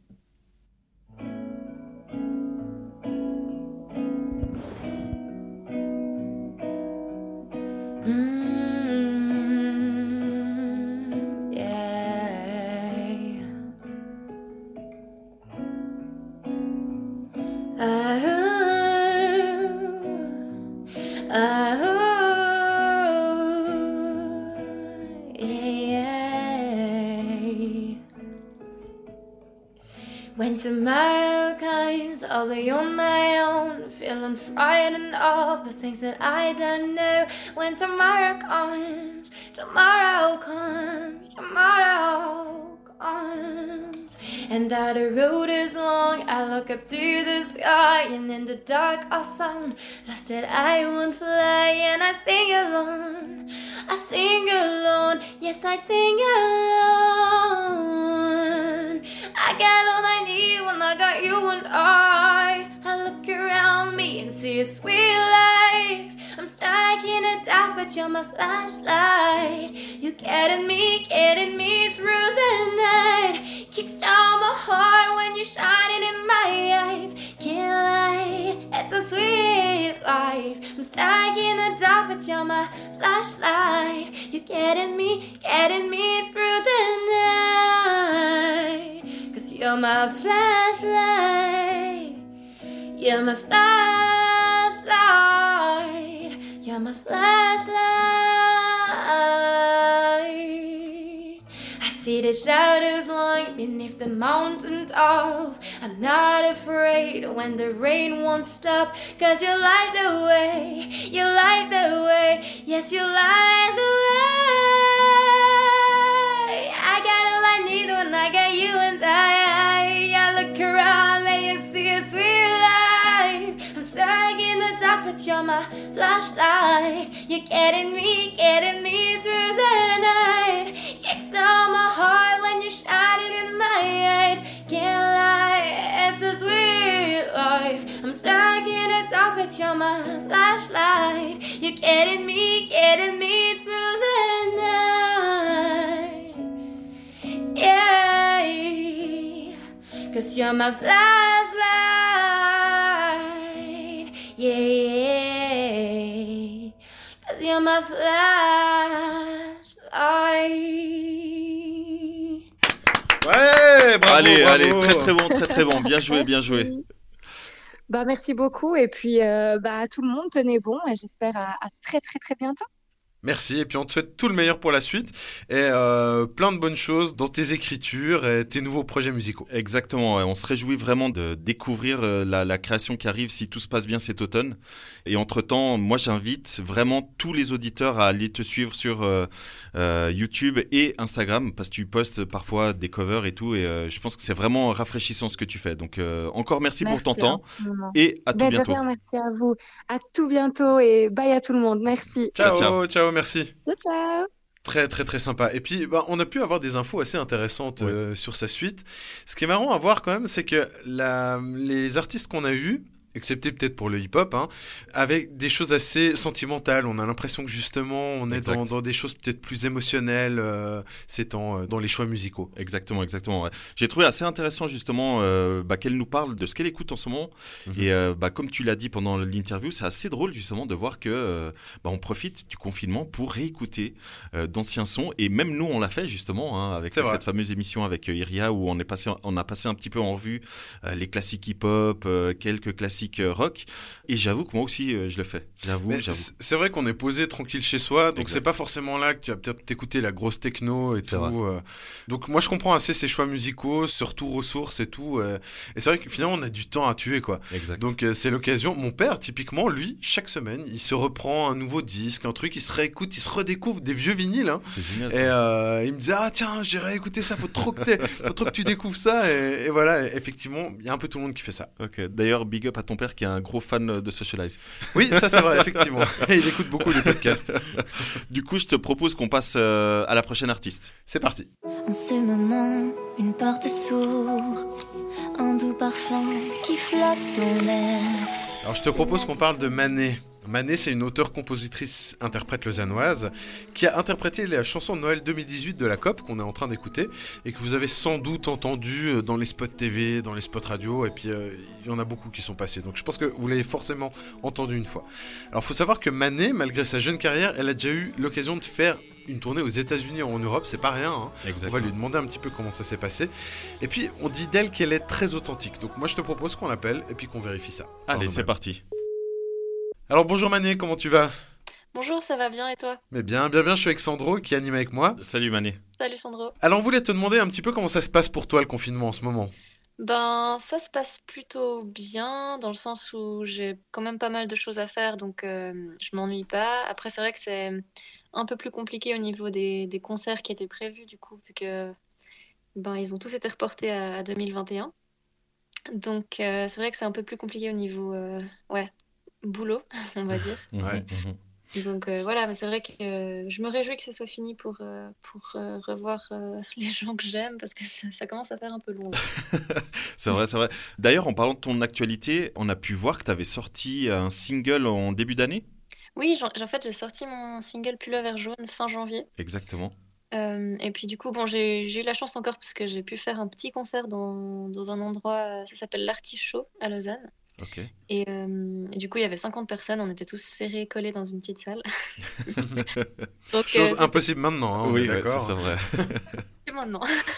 When tomorrow comes, I'll be on my own, feeling frightened of the things that I don't know. When tomorrow comes, tomorrow comes, tomorrow comes, and that the road is long, I look up to the sky, and in the dark I found lost that I won't fly, and I sing alone, I sing alone, yes I sing alone. I got all I need when I got you and I look around me and see a sweet life. I'm stuck in the dark, but you're my flashlight. You're getting me through the night. Kickstart my heart when you're shining in my eyes. Can't lie, it's a sweet life. I'm stuck in the dark, but you're my flashlight. You're getting me through the night. 'Cause you're my flashlight. You're my flashlight. You're my flashlight. I see the shadows lying beneath the mountain top. I'm not afraid when the rain won't stop, 'cause you light the way, you light the way, yes you light the way. I got all I need when I got you and I look around and you see a sweet life. I'm stuck in the dark but you're my flashlight. You're getting me through the night. Kickstart my heart when you shine it in my eyes. Can't lie, it's a sweet life. I'm stuck in the dark but you're my flashlight. You're getting me through the night. Yeah, 'cause you're my flashlight. Yeah, 'cause you're my flashlight. Ouais, bravo, Allez, bravo. allez, très bon, bien joué. Bah, merci beaucoup. Et puis, à tout le monde, tenez bon. Et j'espère à très, très, très bientôt. Merci, et puis on te souhaite tout le meilleur pour la suite et plein de bonnes choses dans tes écritures et tes nouveaux projets musicaux. Exactement, on se réjouit vraiment de découvrir la création qui arrive si tout se passe bien cet automne. Et entre-temps, moi j'invite vraiment tous les auditeurs à aller te suivre sur YouTube et Instagram, parce que tu postes parfois des covers et tout, et je pense que c'est vraiment rafraîchissant ce que tu fais. Donc encore merci pour ton temps et à tout bientôt. De rien, merci à vous. À tout bientôt et bye à tout le monde. Merci. Ciao, merci. Ciao. Très très très sympa. Et puis on a pu avoir des infos assez intéressantes sur sa suite. Ce qui est marrant à voir quand même, c'est que les artistes qu'on a eus, excepté peut-être pour le hip-hop, avec des choses assez sentimentales. On a l'impression que justement, on est dans des choses peut-être plus émotionnelles ces temps, dans les choix musicaux. Exactement. Ouais. J'ai trouvé assez intéressant justement qu'elle nous parle de ce qu'elle écoute en ce moment. Et comme tu l'as dit pendant l'interview, c'est assez drôle justement de voir que on profite du confinement pour réécouter d'anciens sons. Et même nous, on l'a fait justement avec cette fameuse émission avec Iria où on a passé un petit peu en revue les classiques hip-hop, quelques classiques rock, et j'avoue que moi aussi je le fais. J'avoue. C'est vrai qu'on est posé tranquille chez soi, donc c'est pas forcément là que tu vas peut-être t'écouter la grosse techno et tout. Donc moi je comprends assez ces choix musicaux, surtout ressources et tout. Et c'est vrai que finalement on a du temps à tuer quoi. Exact. Donc c'est l'occasion. Mon père typiquement, lui, chaque semaine, il se reprend un nouveau disque, un truc, il se réécoute, il se redécouvre des vieux vinyles. C'est génial. Et il me dit tiens, j'ai réécouté ça, faut trop que tu découvres ça. Et voilà, effectivement, il y a un peu tout le monde qui fait ça. Ok. D'ailleurs, big up à ton père qui est un gros fan de Socialize. Oui, ça c'est vrai, effectivement. Et il écoute beaucoup les podcasts. Du coup, je te propose qu'on passe à la prochaine artiste. C'est parti. En ce moment, une porte s'ouvre, un doux parfum qui flotte dans l'air. Alors je te propose qu'on parle de Mané. Mané, c'est une auteure-compositrice-interprète lausannoise qui a interprété la chanson de Noël 2018 de la COP qu'on est en train d'écouter et que vous avez sans doute entendu dans les spots TV, dans les spots radio, et puis il y en a beaucoup qui sont passés. Donc je pense que vous l'avez forcément entendu une fois. Alors il faut savoir que Mané, malgré sa jeune carrière, elle a déjà eu l'occasion de faire une tournée aux États-Unis et en Europe, c'est pas rien. On va lui demander un petit peu comment ça s'est passé. Et puis on dit d'elle qu'elle est très authentique. Donc moi je te propose qu'on l'appelle et puis qu'on vérifie ça. Allez, c'est parti. Alors bonjour Mané, comment tu vas ? Bonjour, ça va bien et toi ? Mais bien, je suis avec Sandro qui anime avec moi. Salut Mané. Salut Sandro. Alors on voulait te demander un petit peu comment ça se passe pour toi le confinement en ce moment. Ça se passe plutôt bien dans le sens où j'ai quand même pas mal de choses à faire, donc je m'ennuie pas. Après c'est vrai que c'est un peu plus compliqué au niveau des concerts qui étaient prévus du coup, vu que ils ont tous été reportés à 2021. Donc c'est vrai que c'est un peu plus compliqué au niveau boulot, on va dire. Ouais. Donc voilà, mais c'est vrai que je me réjouis que ce soit fini pour revoir les gens que j'aime, parce que ça commence à faire un peu long. C'est vrai. D'ailleurs, en parlant de ton actualité, on a pu voir que tu avais sorti un single en début d'année. Oui, en fait, j'ai sorti mon single Pullover jaune fin janvier. Exactement. Et puis du coup, j'ai eu la chance encore parce que j'ai pu faire un petit concert dans un endroit, ça s'appelle l'Artichaut à Lausanne. Ok. Et du coup, il y avait 50 personnes, on était tous serrés, collés dans une petite salle. Donc, chose impossible maintenant, oui, d'accord. C'est vrai. C'est maintenant.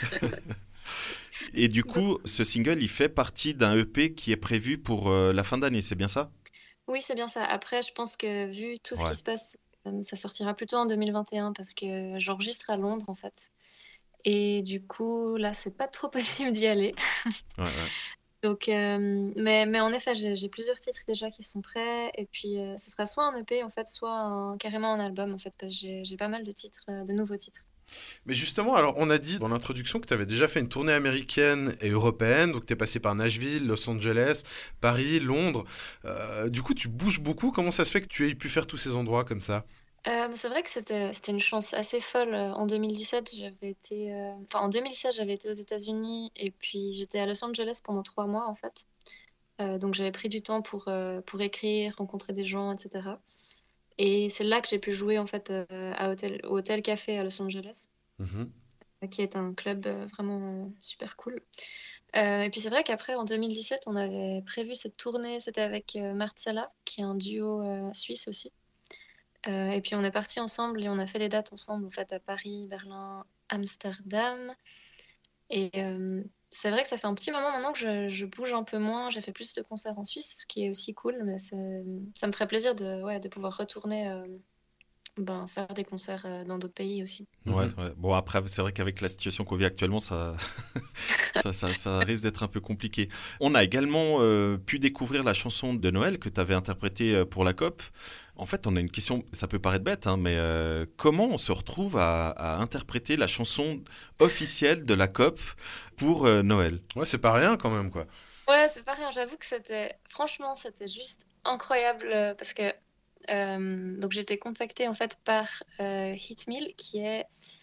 Et du coup, ce single, il fait partie d'un EP qui est prévu pour la fin d'année, c'est bien ça ? Oui, c'est bien ça. Après, je pense que vu tout ce qui se passe, ça sortira plutôt en 2021 parce que j'enregistre à Londres en fait. Et du coup, là, c'est pas trop possible d'y aller. Ouais. Donc, mais en effet, j'ai plusieurs titres déjà qui sont prêts. Et puis, ce sera soit un EP, en fait, soit carrément un album, en fait, parce que j'ai pas mal de titres, de nouveaux titres. Mais justement, alors on a dit dans l'introduction que tu avais déjà fait une tournée américaine et européenne, donc tu es passé par Nashville, Los Angeles, Paris, Londres. Du coup, tu bouges beaucoup. Comment ça se fait que tu aies pu faire tous ces endroits comme ça ? C'est vrai que c'était une chance assez folle. En 2017, en 2016, j'avais été aux États-Unis et puis j'étais à Los Angeles pendant 3 mois en fait. Donc j'avais pris du temps pour écrire, rencontrer des gens, etc. Et c'est là que j'ai pu jouer en fait au Hotel Café à Los Angeles, qui est un club vraiment super cool. Et puis c'est vrai qu'après en 2017, on avait prévu cette tournée. C'était avec Marcella, qui est un duo suisse aussi. Et puis on est partis ensemble et on a fait les dates ensemble en fait à Paris, Berlin, Amsterdam. Et c'est vrai que ça fait un petit moment maintenant que je bouge un peu moins. J'ai fait plus de concerts en Suisse, ce qui est aussi cool, mais ça me ferait plaisir de pouvoir retourner faire des concerts dans d'autres pays aussi. Ouais. Bon, après, c'est vrai qu'avec la situation qu'on vit actuellement, ça risque d'être un peu compliqué. On a également pu découvrir la chanson de Noël que tu avais interprétée pour la COP. En fait, on a une question, ça peut paraître bête, mais comment on se retrouve à interpréter la chanson officielle de la COP pour Noël ? Ouais, c'est pas rien quand même, quoi. Ouais, c'est pas rien. J'avoue que c'était juste incroyable parce que donc j'ai été contactée en fait par Hitmill, qui est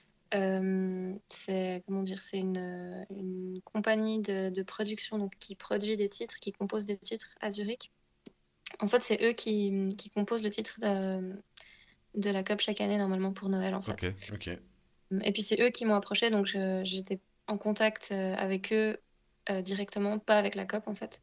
c'est une compagnie de production donc qui produit des titres, qui compose des titres à Zurich. En fait, c'est eux qui composent le titre de la COP chaque année, normalement, pour Noël, en fait. Ok. Et puis, c'est eux qui m'ont approché, donc j'étais en contact avec eux directement, pas avec la COP, en fait.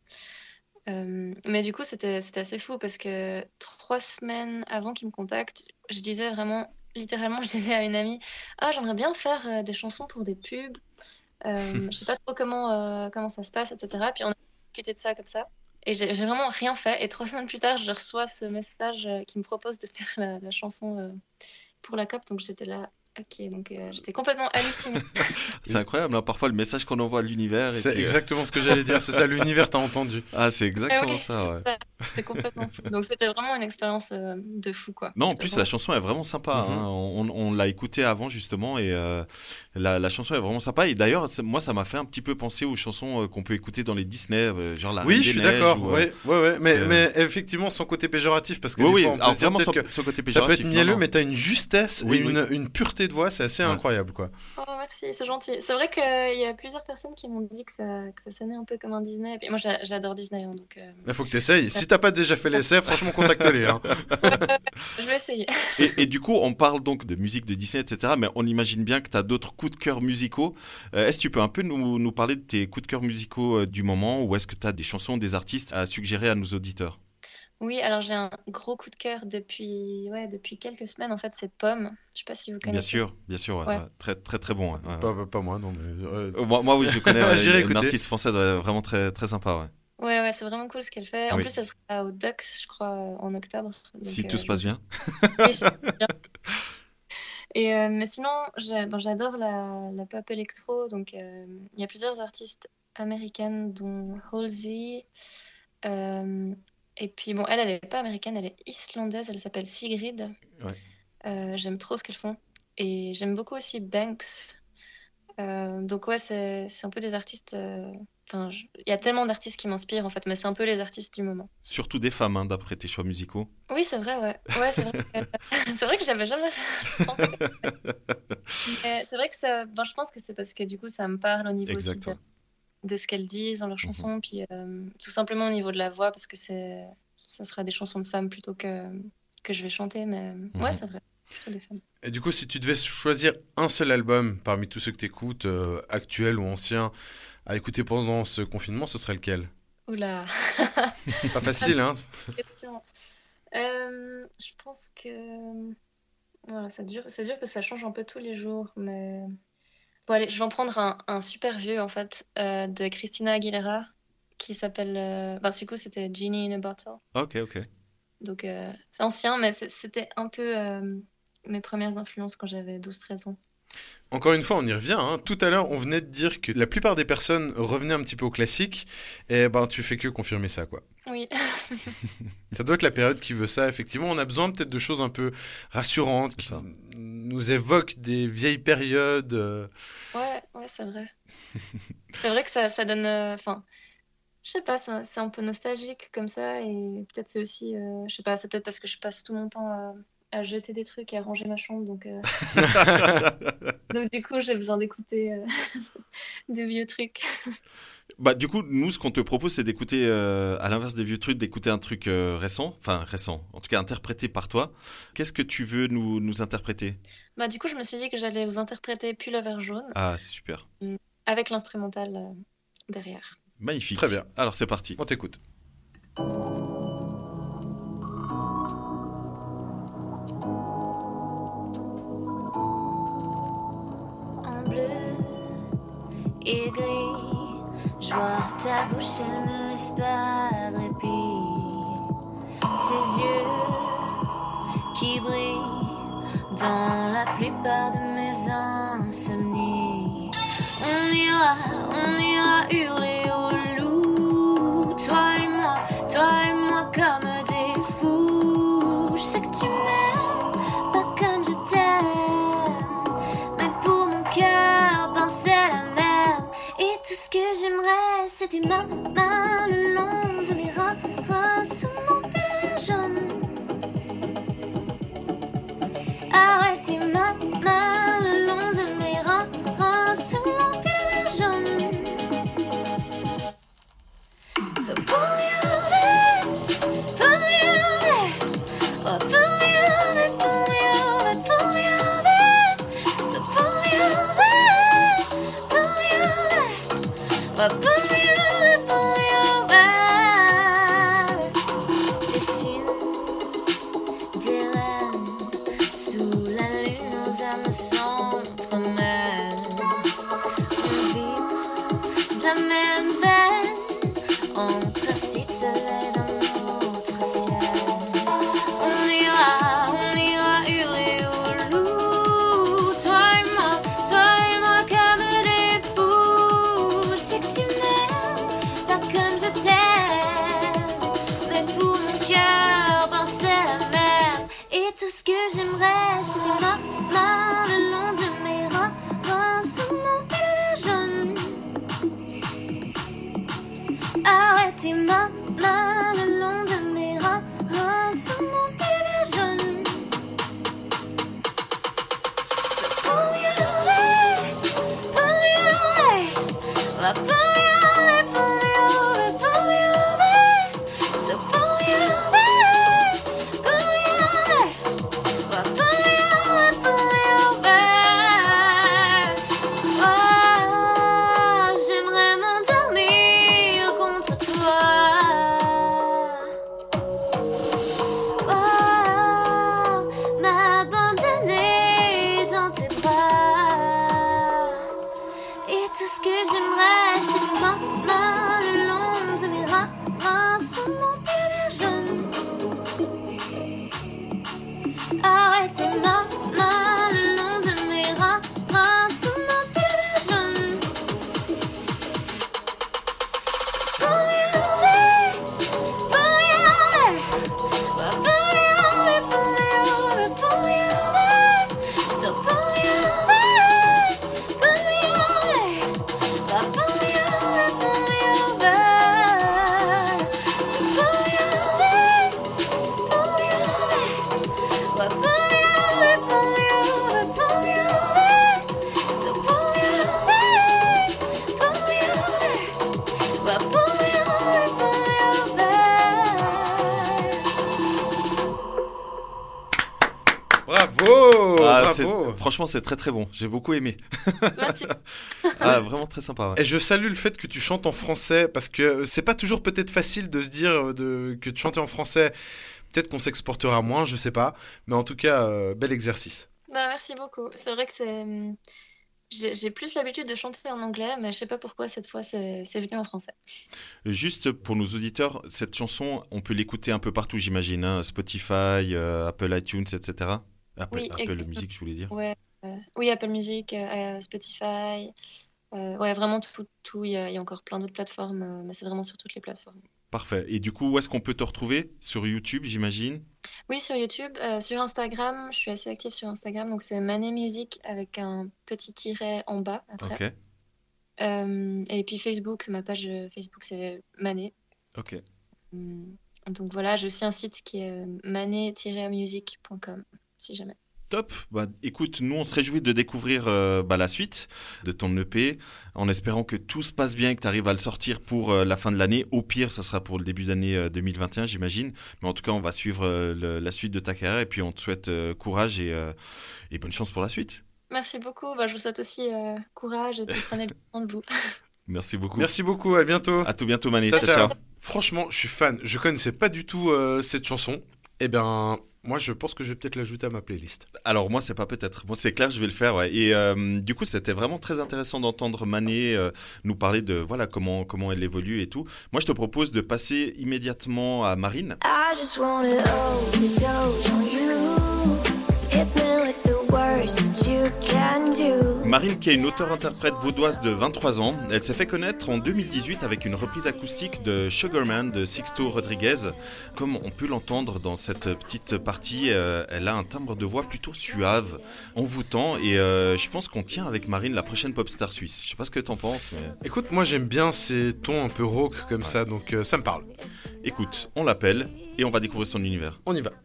Mais du coup, c'était assez fou, parce que 3 semaines avant qu'ils me contactent, je disais vraiment, littéralement, je disais à une amie, « Ah, j'aimerais bien faire des chansons pour des pubs. Je sais pas trop comment ça se passe, etc. » Puis on a discuté de ça comme ça. Et j'ai vraiment rien fait. Et 3 semaines plus tard, je reçois ce message qui me propose de faire la chanson pour la COP. Donc j'étais là, ok. Donc j'étais complètement hallucinée. C'est incroyable, hein, parfois le message qu'on envoie à l'univers. C'est exactement ce que j'allais dire. C'est ça, l'univers t'a entendu. Ah, c'est exactement ça, ouais. C'est complètement fou. Donc c'était vraiment une expérience de fou, quoi. Non, en plus la chanson est vraiment sympa. Hein. On l'a écoutée avant justement et la chanson est vraiment sympa. Et d'ailleurs, moi, ça m'a fait un petit peu penser aux chansons qu'on peut écouter dans les Disney, genre la Reine des je suis Neiges, d'accord. ou, ouais. Mais effectivement, sans côté péjoratif, parce que des fois, on peut se dire peut-être que sans côté ça peut péjoratif, être mielleux, non. mais t'as une justesse et une pureté de voix, c'est assez incroyable, quoi. Oh, merci, c'est gentil. C'est vrai qu'il y a plusieurs personnes qui m'ont dit que ça sonnait un peu comme un Disney. Et puis moi, j'adore Disney, hein, donc. Il faut que t'essayes. Si t'as pas déjà fait l'essai, franchement, contacte-les. Hein. Je vais essayer. Et du coup, on parle donc de musique de Disney, etc. Mais on imagine bien que tu as d'autres coups de cœur musicaux. Est-ce que tu peux un peu nous parler de tes coups de cœur musicaux du moment, ou est-ce que tu as des chansons, des artistes à suggérer à nos auditeurs ? Oui, alors j'ai un gros coup de cœur depuis quelques semaines. En fait, c'est Pomme. Je sais pas si vous connaissez. Bien sûr, ouais. Très, très, très bon. Ouais. Pas moi, non. Mais moi, oui, je connais. J'irai une artiste française vraiment très, très sympa. Ouais, c'est vraiment cool ce qu'elle fait. En plus, elle sera au Dux, je crois, en octobre. Donc, si tout se passe bien. Oui, si tout se passe bien. Et mais sinon, j'adore la pop électro. Donc, il y a plusieurs artistes américaines, dont Halsey. Et puis, bon, elle est pas américaine, elle est islandaise. Elle s'appelle Sigrid. Ouais. J'aime trop ce qu'elles font. Et j'aime beaucoup aussi Banks. Donc, ouais, c'est un peu des artistes... il y a tellement d'artistes qui m'inspirent, en fait, mais c'est un peu les artistes du moment. Surtout des femmes, hein, d'après tes choix musicaux. Oui, c'est vrai, ouais. Ouais, c'est vrai que j'avais jamais pensé. Mais c'est vrai que ça... je pense que c'est parce que, du coup, ça me parle au niveau aussi de ce qu'elles disent dans leurs chansons, puis tout simplement au niveau de la voix, parce que ça sera des chansons de femmes plutôt que je vais chanter, mais ouais, c'est vrai. Des femmes. Et du coup, si tu devais choisir un seul album parmi tous ceux que tu écoutes, actuels ou anciens, à écouter pendant ce confinement, ce serait lequel ? Oula. Pas facile, hein. Question. Je pense que voilà, c'est dur parce que ça change un peu tous les jours, mais bon, allez, je vais en prendre un super vieux en fait de Christina Aguilera qui s'appelle du coup c'était Genie in a Bottle. Ok. Donc c'est ancien, mais c'était un peu mes premières influences quand j'avais 12-13 ans. Encore une fois, on y revient. Tout à l'heure, on venait de dire que la plupart des personnes revenaient un petit peu au classique. Et tu fais que confirmer ça, quoi. Oui. Ça doit être la période qui veut ça. Effectivement, on a besoin peut-être de choses un peu rassurantes, qui nous évoquent des vieilles périodes. Ouais, c'est vrai. C'est vrai que ça donne... je sais pas, c'est un peu nostalgique comme ça. Et peut-être c'est aussi... je sais pas, c'est peut-être parce que je passe tout mon temps à jeter des trucs et à ranger ma chambre. Donc du coup, j'ai besoin d'écouter des vieux trucs. Du coup, nous, ce qu'on te propose, c'est d'écouter, à l'inverse des vieux trucs, d'écouter un truc récent, en tout cas interprété par toi. Qu'est-ce que tu veux nous interpréter ? Du coup, je me suis dit que j'allais vous interpréter Pullover jaune. Ah, c'est super. Avec l'instrumental derrière. Magnifique. Très bien. Alors, c'est parti. On t'écoute. En bleu et gris, je vois ta bouche, elle me laisse pas de répit. Tes yeux qui brillent dans la plupart de mes insomnies. On ira hurler au loup, toi et moi comme des fous. Je sais que tu m'aimes, pas comme je t'aime, mais pour mon cœur, c'est la même. Et tout ce que j'aimerais, c'est tes mains le long de mes bras sous mon pullover jaune. Ah ouais, tes mains le long de mes bras sous mon pullover jaune. So pull me over, pull me over, oh pull me over, pull me over, pull me over. So pull me over, pull me over, oh pull me over, pull me over. Les chines des reines sous la lune, nos âmes s'entremêlent. On vibre de la même veine, entre assis de soleil dans notre ciel. On ira hurler au loup, toi et moi comme des fous. Je sais que tu m'aimes, pas comme je t'aime, mais pour mon cœur, c'est la même. Et tout ce que j'aimerais, c'est tes mains le long de mes bras sous mon pullover jaune. Ah ouais, tes mains le long de mes bras sous mon pullover jaune. So pull me over, pull me over, oh pull me over, pull me over, pull me over. So pull me over, pull me over, oh pull me over, pull me over. Oh, j'aimerais m'endormir contre toi. Oh, m'abandonner dans tes bras. Et tout ce que j'aimerais, c'est tes mains le long de mes bras sous mon pullover jaune. Ah ouais, tes mains le long de mes bras sous mon pullover jaune. So pull me over, pull me over, oh pull me over, pull me over, pull me over. So pull me over, pull me over, oh pull me over, pull me over. So pull me over, pull me over, oh pull me over, pull me over, pull me over. So pull me over, pull me over, oh pull me over, pull me over. Bravo, bravo. Franchement, c'est très très bon. J'ai beaucoup aimé. Merci. Vraiment très sympa. Ouais. Et je salue le fait que tu chantes en français parce que c'est pas toujours peut-être facile de se dire que de chanter en français. Peut-être qu'on s'exportera moins, je sais pas. Mais en tout cas, bel exercice. Merci beaucoup. C'est vrai que j'ai plus l'habitude de chanter en anglais, mais je sais pas pourquoi cette fois c'est venu en français. Juste pour nos auditeurs, cette chanson, on peut l'écouter un peu partout, j'imagine. Spotify, Apple iTunes, etc. Oui, Apple Music, je voulais dire. Ouais. Oui, Apple Music, Spotify. Ouais, vraiment tout. Il y a encore plein d'autres plateformes, mais c'est vraiment sur toutes les plateformes. Parfait. Et du coup, où est-ce qu'on peut te retrouver? Sur YouTube, j'imagine? Oui, sur YouTube. Sur Instagram, je suis assez active sur Instagram. Donc, c'est Mané Music avec un petit tiret en bas après. Ok. Et puis Facebook, ma page Facebook, c'est Mané. Ok. Donc voilà, j'ai aussi un site qui est mané-music.com, si jamais. Top. Bah, écoute, nous, on se réjouit de découvrir la suite de ton EP, en espérant que tout se passe bien et que tu arrives à le sortir pour la fin de l'année. Au pire, ça sera pour le début d'année 2021, j'imagine. Mais en tout cas, on va suivre la suite de ta carrière et puis on te souhaite courage et bonne chance pour la suite. Merci beaucoup. Je vous souhaite aussi courage et puis prenez le temps de vous. Merci beaucoup. Merci beaucoup, à bientôt. À tout bientôt, Mané. Ciao. Franchement, je suis fan. Je connaissais pas du tout cette chanson. Eh bien... Moi, je pense que je vais peut-être l'ajouter à ma playlist. Alors moi, c'est pas peut-être. Moi, c'est clair, je vais le faire. Ouais. Et du coup, c'était vraiment très intéressant d'entendre Mané nous parler de comment elle évolue et tout. Moi, je te propose de passer immédiatement à Marine. I just wanna overdose on you. Hit me with the worst that you can do. Marine, qui est une auteure-interprète vaudoise de 23 ans, elle s'est fait connaître en 2018 avec une reprise acoustique de Sugarman de Sixto Rodriguez. Comme on peut l'entendre dans cette petite partie, elle a un timbre de voix plutôt suave, envoûtant, et je pense qu'on tient avec Marine la prochaine pop star suisse. Je sais pas ce que t'en penses, mais... Écoute, moi j'aime bien ces tons un peu rauques comme ça, donc ça me parle. Écoute, on l'appelle et on va découvrir son univers. On y va.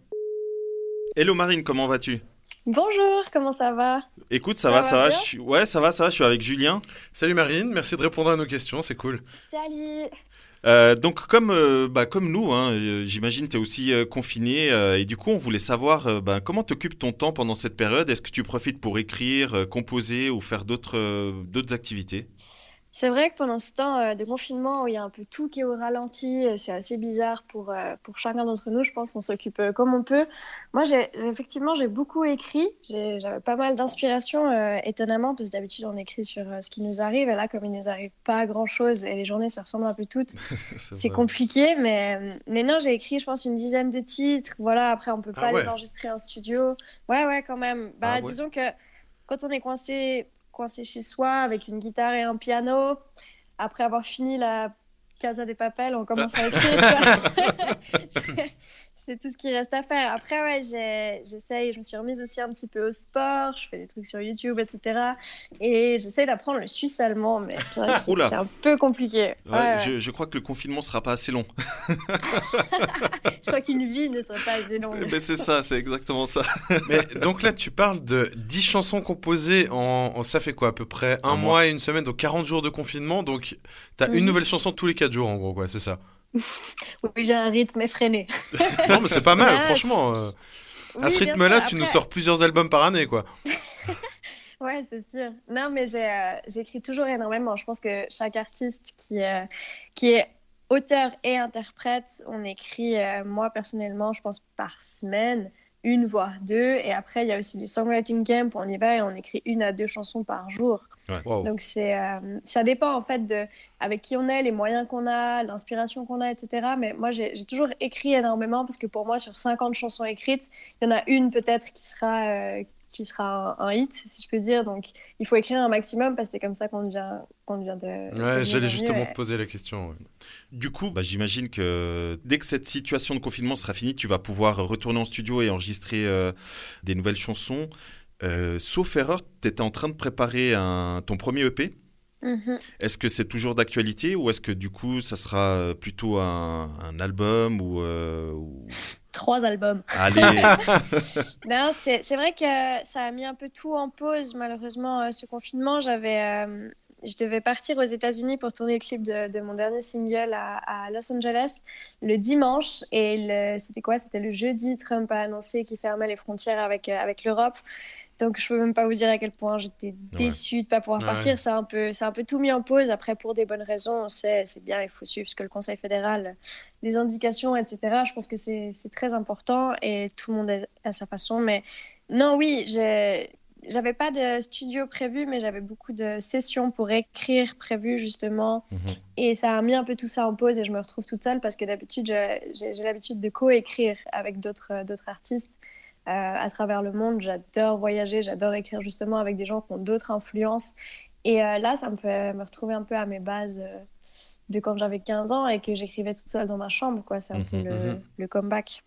Hello Marine, comment vas-tu ? Bonjour, comment ça va? Écoute, ça va. Ça va, je suis avec Julien. Salut Marine, merci de répondre à nos questions, c'est cool. Salut. Donc comme nous, j'imagine tu es aussi confiné et du coup on voulait savoir comment t'occupes ton temps pendant cette période. Est-ce que tu profites pour écrire, composer ou faire d'autres activités? C'est vrai que pendant ce temps de confinement où il y a un peu tout qui est au ralenti, c'est assez bizarre pour chacun d'entre nous. Je pense qu'on s'occupe comme on peut. Moi, j'ai beaucoup écrit. J'avais pas mal d'inspiration, étonnamment, parce que d'habitude, on écrit sur ce qui nous arrive. Et là, comme il nous arrive pas grand-chose et les journées se ressemblent un peu toutes, c'est compliqué. Mais non, j'ai écrit, je pense, une dizaine de titres. Voilà, après, on peut pas les enregistrer en studio. Ouais, quand même. Disons que quand on est coincé chez soi avec une guitare et un piano, après avoir fini la Casa de Papel, on commence à écrire. C'est tout ce qui reste à faire. Après, j'essaye, je me suis remise aussi un petit peu au sport, je fais des trucs sur YouTube, etc. Et j'essaye d'apprendre le suisse allemand, mais c'est vrai que c'est un peu compliqué. Je crois que le confinement sera pas assez long. Je crois qu'une vie ne sera pas assez longue. Mais c'est ça, c'est exactement ça. Mais donc là, tu parles de 10 chansons composées en ça fait quoi, à peu près un mois et une semaine, donc 40 jours de confinement, donc t'as une nouvelle chanson tous les 4 jours en gros, quoi, c'est ça? Oui, j'ai un rythme effréné. Non, mais c'est pas mal, franchement. À ce rythme-là, tu nous sors plusieurs albums par année, quoi. Ouais, c'est sûr. Non, mais j'écris toujours énormément. Je pense que chaque artiste qui est auteur et interprète, on écrit, moi personnellement, je pense par semaine, 1 voire 2. Et après, il y a aussi du songwriting camp, on y va et on écrit 1 à 2 chansons par jour. Ouais. Wow. Donc ça dépend en fait de avec qui on est, les moyens qu'on a, l'inspiration qu'on a, etc. Mais moi j'ai toujours écrit énormément parce que pour moi sur 50 chansons écrites, il y en a une peut-être qui sera un hit, si je peux dire. Donc il faut écrire un maximum parce que c'est comme ça qu'on devient de... Ouais, j'allais justement te poser la question. Ouais. Du coup, j'imagine que dès que cette situation de confinement sera finie, tu vas pouvoir retourner en studio et enregistrer des nouvelles chansons. Sauf erreur, tu étais en train de préparer ton premier EP. Mm-hmm. Est-ce que c'est toujours d'actualité ou est-ce que du coup ça sera plutôt un album ou 3 albums. Allez. Non, c'est vrai que ça a mis un peu tout en pause malheureusement ce confinement. Je devais partir aux États-Unis pour tourner le clip de mon dernier single à Los Angeles le dimanche. Et c'était le jeudi, Trump a annoncé qu'il fermait les frontières avec l'Europe. Donc, je peux même pas vous dire à quel point j'étais déçue de ne pas pouvoir partir. Ça a un peu tout mis en pause. Après, pour des bonnes raisons, on sait, c'est bien, il faut suivre ce que le Conseil fédéral, les indications, etc. Je pense que c'est très important et tout le monde est à sa façon. Mais non, oui, j'avais pas de studio prévu, mais j'avais beaucoup de sessions pour écrire prévues, justement. Mm-hmm. Et ça a mis un peu tout ça en pause et je me retrouve toute seule parce que d'habitude, j'ai l'habitude de co-écrire avec d'autres artistes. à travers le monde. J'adore voyager, j'adore écrire justement avec des gens qui ont d'autres influences. Et là, ça me fait me retrouver un peu à mes bases de quand j'avais 15 ans et que j'écrivais toute seule dans ma chambre, quoi. C'est un peu le comeback.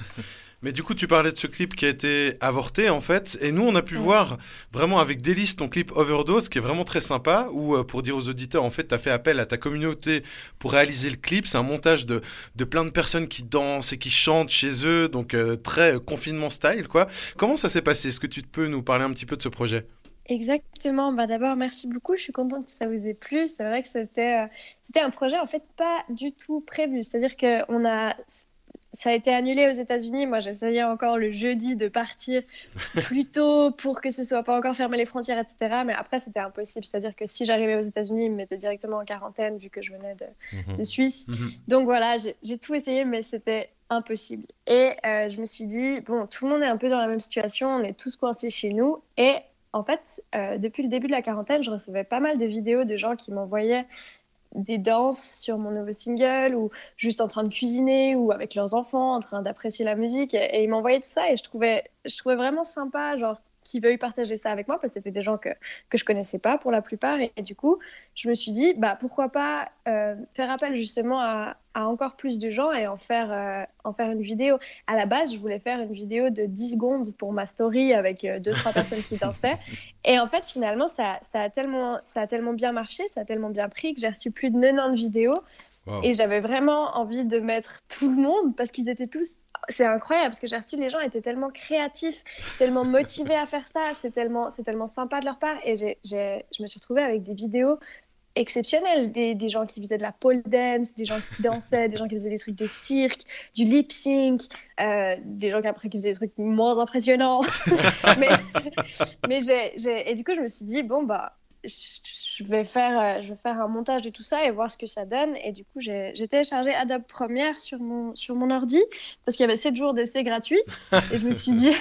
Mais du coup, tu parlais de ce clip qui a été avorté, en fait. Et nous, on a pu voir vraiment avec délice ton clip Overdose, qui est vraiment très sympa, où, pour dire aux auditeurs, en fait, tu as fait appel à ta communauté pour réaliser le clip. C'est un montage de plein de personnes qui dansent et qui chantent chez eux, donc très confinement style, quoi. Comment ça s'est passé? Est-ce que tu peux nous parler un petit peu de ce projet? Exactement. D'abord, merci beaucoup. Je suis contente que ça vous ait plu. C'est vrai que c'était un projet, en fait, pas du tout prévu. C'est-à-dire que ça a été annulé aux États-Unis. Moi, j'essayais encore le jeudi de partir plus tôt pour que ce soit pas encore fermé les frontières, etc. Mais après, c'était impossible. C'est-à-dire que si j'arrivais aux États-Unis, ils me mettaient directement en quarantaine vu que je venais de Suisse. Donc voilà, j'ai tout essayé, mais c'était impossible. Et je me suis dit, bon, tout le monde est un peu dans la même situation. On est tous coincés chez nous. Et en fait, depuis le début de la quarantaine, je recevais pas mal de vidéos de gens qui m'envoyaient des danses sur mon nouveau single ou juste en train de cuisiner ou avec leurs enfants en train d'apprécier la musique et ils m'envoyaient tout ça et je trouvais vraiment sympa genre qu'ils veuillent partager ça avec moi parce que c'était des gens que je connaissais pas pour la plupart et du coup je me suis dit pourquoi pas faire appel justement à encore plus de gens et en faire une vidéo. À la base je voulais faire une vidéo de 10 secondes pour ma story avec 2-3 personnes qui dansaient et en fait finalement ça a tellement bien marché, ça a tellement bien pris que j'ai reçu plus de 90 vidéos. Wow. Et j'avais vraiment envie de mettre tout le monde parce qu'ils étaient tous... C'est incroyable parce que j'ai reçu, les gens étaient tellement créatifs, tellement motivés à faire ça, c'est tellement sympa de leur part. Et je me suis retrouvée avec des vidéos exceptionnelles, des gens qui faisaient de la pole dance, des gens qui dansaient, des gens qui faisaient des trucs de cirque, du lip sync, des gens qui faisaient des trucs moins impressionnants. Et du coup, je me suis dit, je vais faire un montage de tout ça et voir ce que ça donne. Et du coup, j'ai téléchargé Adobe Premiere sur mon ordi parce qu'il y avait 7 jours d'essai gratuits. Et je me suis dit,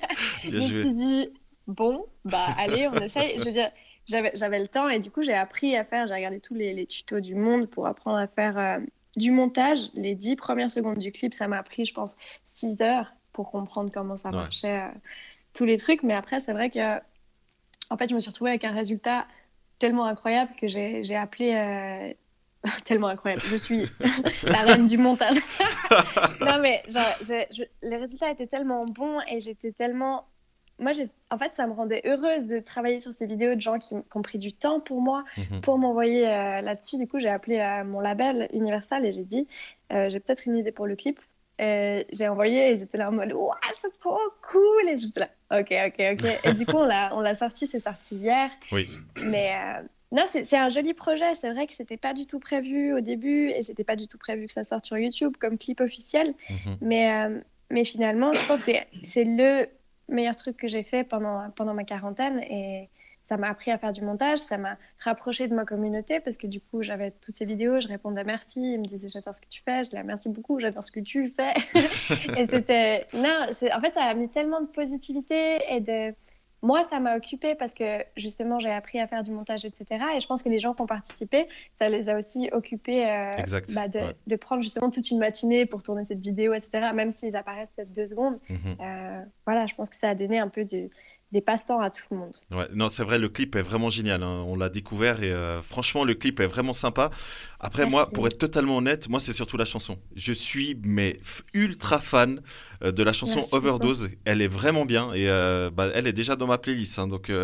allez, on essaye. Je veux dire, j'avais le temps et du coup, j'ai appris à faire, j'ai regardé tous les tutos du monde pour apprendre à faire du montage. Les 10 premières secondes du clip, ça m'a pris, je pense, 6 heures pour comprendre comment ça marchait, tous les trucs. Mais après, c'est vrai que en fait, je me suis retrouvée avec un résultat tellement incroyable que j'ai appelé... tellement incroyable. Je suis la reine du montage. Non, mais les résultats étaient tellement bons et j'étais tellement... En fait, ça me rendait heureuse de travailler sur ces vidéos de gens qui ont pris du temps pour moi, pour m'envoyer là-dessus. Du coup, j'ai appelé mon label Universal et j'ai dit, j'ai peut-être une idée pour le clip. J'ai envoyé et ils étaient là en mode wow, c'est trop cool et j'étais là ok et du coup on l'a sorti, c'est sorti hier. Oui. Mais non, c'est un joli projet. C'est vrai que c'était pas du tout prévu au début et c'était pas du tout prévu que ça sorte sur YouTube comme clip officiel. Mais finalement je pense que c'est le meilleur truc que j'ai fait pendant ma quarantaine et ça m'a appris à faire du montage, ça m'a rapproché de ma communauté parce que du coup, j'avais toutes ces vidéos, je répondais merci, ils me disaient j'adore ce que tu fais, je disais merci beaucoup, j'adore ce que tu fais. Et c'était... Non, en fait, ça a mis tellement de positivité et de... Moi, ça m'a occupée parce que justement, j'ai appris à faire du montage, etc. Et je pense que les gens qui ont participé, ça les a aussi occupés de prendre justement toute une matinée pour tourner cette vidéo, etc. Même s'ils apparaissent peut-être 2 secondes. Voilà, je pense que ça a donné un peu des passe-temps à tout le monde. Ouais, non, c'est vrai, le clip est vraiment génial. Hein. On l'a découvert et franchement, le clip est vraiment sympa. Après, moi, pour être totalement honnête, moi, c'est surtout la chanson. Je suis ultra fan de la chanson Overdose. Elle est vraiment bien et elle est déjà dans ma playlist. Hein, donc,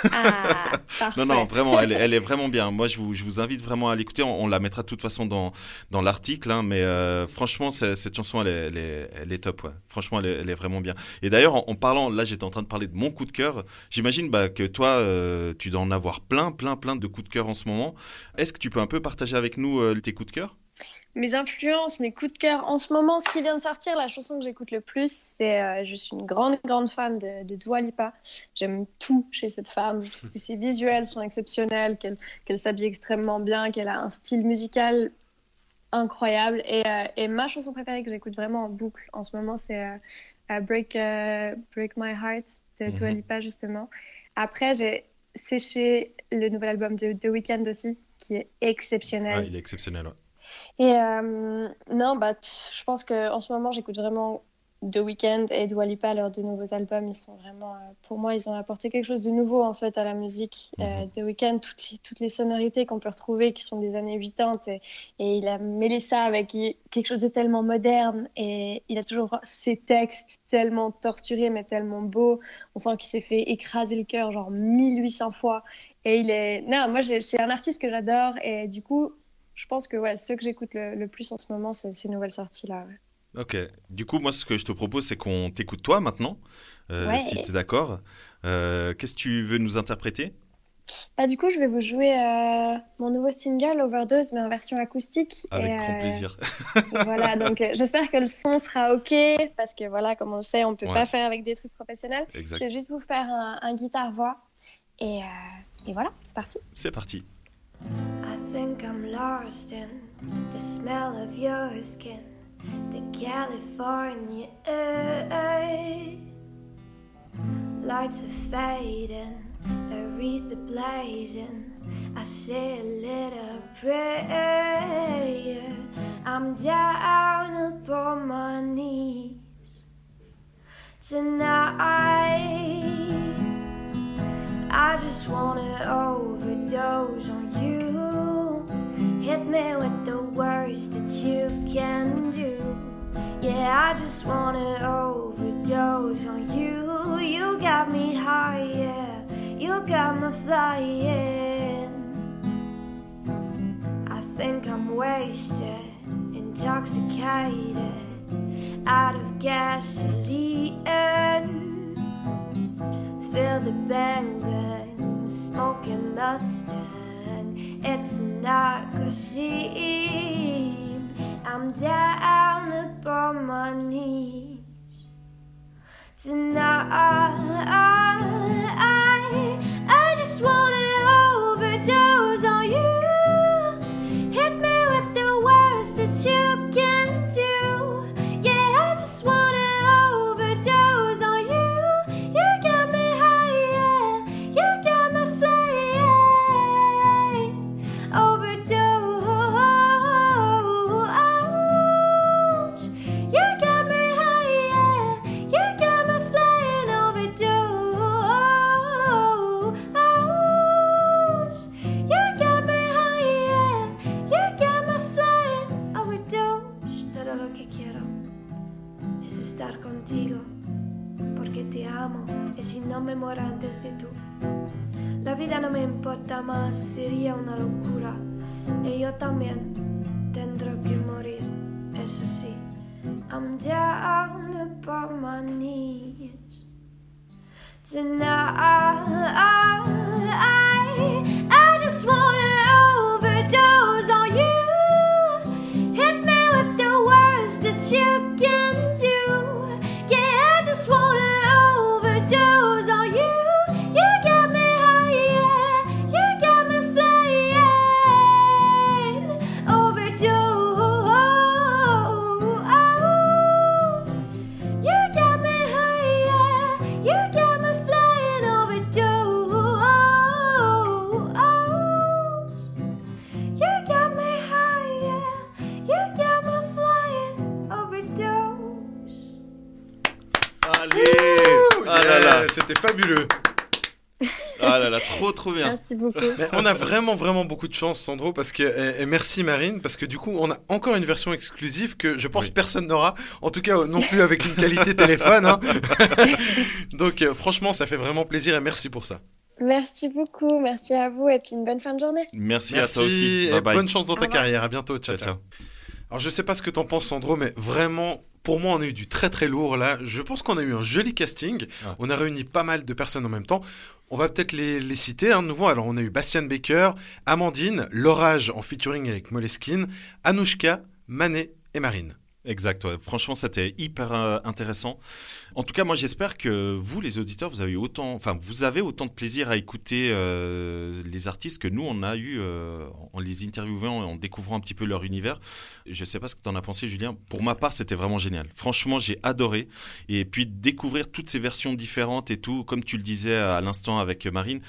non, vraiment, elle est vraiment bien. Moi, je vous invite vraiment à l'écouter. On la mettra de toute façon dans l'article. Hein, mais franchement, cette chanson, elle est top. Ouais. Franchement, elle est vraiment bien. Et d'ailleurs, en parlant, là, j'étais en train de parler de mon coup de cœur. J'imagine que toi, tu dois en avoir plein de coups de cœur en ce moment. Est-ce que tu peux un peu partager avec nous tes coups de cœur ? Mes influences, mes coups de cœur. En ce moment, ce qui vient de sortir, la chanson que j'écoute le plus, c'est je suis une grande fan de Dua Lipa. J'aime tout chez cette femme. Je trouve que ses visuels sont exceptionnels, qu'elle s'habille extrêmement bien, qu'elle a un style musical incroyable. Et ma chanson préférée que j'écoute vraiment en boucle en ce moment, c'est Break My Heart de Dua Lipa, justement. Après, j'ai séché le nouvel album de The Weeknd aussi, qui est exceptionnel. Ouais, il est exceptionnel, ouais. Et je pense qu'en ce moment, j'écoute vraiment The Weeknd et Dua Lipa, leurs 2 nouveaux albums, ils sont vraiment, pour moi, ils ont apporté quelque chose de nouveau en fait à la musique. The Weeknd, toutes les sonorités qu'on peut retrouver qui sont des années 80 et il a mêlé ça avec quelque chose de tellement moderne et il a toujours ses textes tellement torturés mais tellement beaux. On sent qu'il s'est fait écraser le cœur genre 1800 fois et c'est un artiste que j'adore et du coup, je pense que ceux que j'écoute le plus en ce moment, c'est ces nouvelles sorties là. Ouais. Ok, du coup moi ce que je te propose c'est qu'on t'écoute toi maintenant, si tu es d'accord. Qu'est-ce que tu veux nous interpréter ? Du coup je vais vous jouer mon nouveau single Overdose mais en version acoustique. Avec grand plaisir. Voilà, donc j'espère que le son sera ok parce que voilà, comme on le sait, on peut pas faire avec des trucs professionnels. Exact. Je vais juste vous faire un guitare-voix et voilà, c'est parti. C'est parti. I think I'm lost in the smell of your skin, the California air. Lights are fading, Aretha blazing. I say a little prayer. I'm down upon my knees tonight. I just wanna overdose on you. Hit me with the worst that you can do. Yeah, I just wanna overdose on you. You got me high, yeah. You got me flying. I think I'm wasted, intoxicated, out of gasoline. Feel the bang bang, smoking Mustang. It's not a scene. I'm down upon my knees tonight. I just wanna overdose on you. Hit me with the worst that you can do. Yeah, I just wanna overdose on you. You got me high, yeah. You got me flying. Overdose. You got me high, yeah. You got me flying. Overdose. You got me high, yeah. You got me flying. Overdose. Todo lo que quiero es estar contigo, porque te amo y si no me muero antes de tú. La vida no me importa más, sería una locura. Y yo también tendré que morir, eso sí. I'm down upon my knees tonight. I just wanna overdose on you. Hit me with the worst that you can do. Yeah, I just wanna overdose on you. You got me high, yeah. You got me flying. Overdose. You got me high, yeah. You got me flying. Overdose. You got me high, yeah. You got me flying. Overdose. Allez, ah là là, c'était fabuleux. Ah là là, trop bien. Merci beaucoup. Mais on a vraiment beaucoup de chance, Sandro, parce que et merci Marine, parce que du coup on a encore une version exclusive que je pense personne n'aura, en tout cas non plus avec une qualité téléphone. Hein. Donc franchement, ça fait vraiment plaisir et merci pour ça. Merci beaucoup, merci à vous et puis une bonne fin de journée. Merci à toi aussi. Bye bye. Bonne chance dans ta Au revoir. carrière. À bientôt. Ciao. Alors je sais pas ce que t'en penses, Sandro, mais vraiment, pour moi, on a eu du très lourd là. Je pense qu'on a eu un joli casting. Ah. On a réuni pas mal de personnes en même temps. On va peut-être les citer de nouveau. Alors on a eu Bastian Baker, Amandine, L'Orage en featuring avec Moleskine, Anouchka, Manet et Marine. Exact, ouais. Franchement, c'était hyper intéressant. En tout cas, moi, j'espère que vous, les auditeurs, vous avez autant de plaisir à écouter les artistes que nous, on a eu en les interviewant et en découvrant un petit peu leur univers. Je ne sais pas ce que tu en as pensé, Julien. Pour ma part, c'était vraiment génial. Franchement, j'ai adoré. Et puis, découvrir toutes ces versions différentes et tout, comme tu le disais à l'instant avec Marine,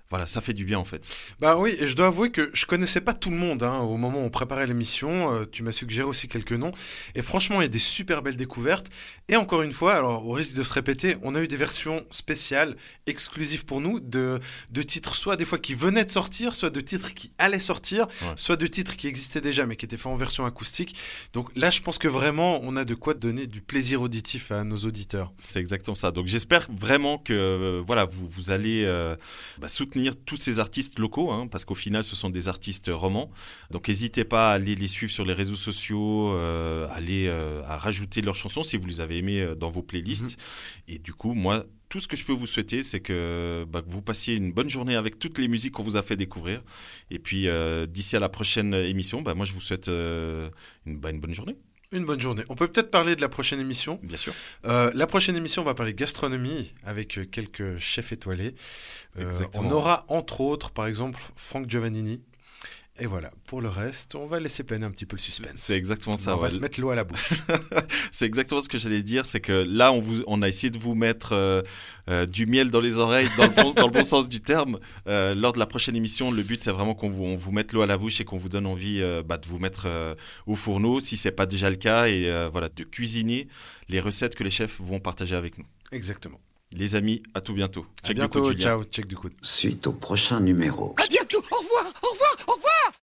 Voilà, ça fait du bien en fait. Bah oui, et je dois avouer que je connaissais pas tout le monde au moment où on préparait l'émission. Tu m'as suggéré aussi quelques noms. Et franchement, il y a des super belles découvertes. Et encore une fois, alors au risque de se répéter, on a eu des versions spéciales, exclusives pour nous, de titres soit des fois qui venaient de sortir, soit de titres qui allaient sortir, soit de titres qui existaient déjà mais qui étaient faits en version acoustique. Donc là, je pense que vraiment, on a de quoi donner du plaisir auditif à nos auditeurs. C'est exactement ça. Donc j'espère vraiment que vous allez soutenir tous ces artistes locaux, parce qu'au final, ce sont des artistes romans. Donc n'hésitez pas à aller les suivre sur les réseaux sociaux, à rajouter leurs chansons si vous les avez aimées dans vos playlists. Et du coup, moi, tout ce que je peux vous souhaiter, c'est que vous passiez une bonne journée avec toutes les musiques qu'on vous a fait découvrir. Et puis, d'ici à la prochaine émission, moi, je vous souhaite une bonne journée. Une bonne journée. On peut peut-être parler de la prochaine émission. Bien sûr. La prochaine émission, on va parler gastronomie avec quelques chefs étoilés. On aura entre autres, par exemple, Franck Giovannini. Et voilà, pour le reste, on va laisser planer un petit peu le suspense. C'est exactement ça. On va se mettre l'eau à la bouche. C'est exactement ce que j'allais dire, c'est que là, on a essayé de vous mettre du miel dans les oreilles, dans le bon sens du terme. Lors de la prochaine émission, le but, c'est vraiment qu'on vous mette l'eau à la bouche et qu'on vous donne envie de vous mettre au fourneau, si ce n'est pas déjà le cas, et de cuisiner les recettes que les chefs vont partager avec nous. Exactement. Les amis, à tout bientôt. À bientôt, ciao, check du coude. Suite au prochain numéro. À bientôt, au revoir.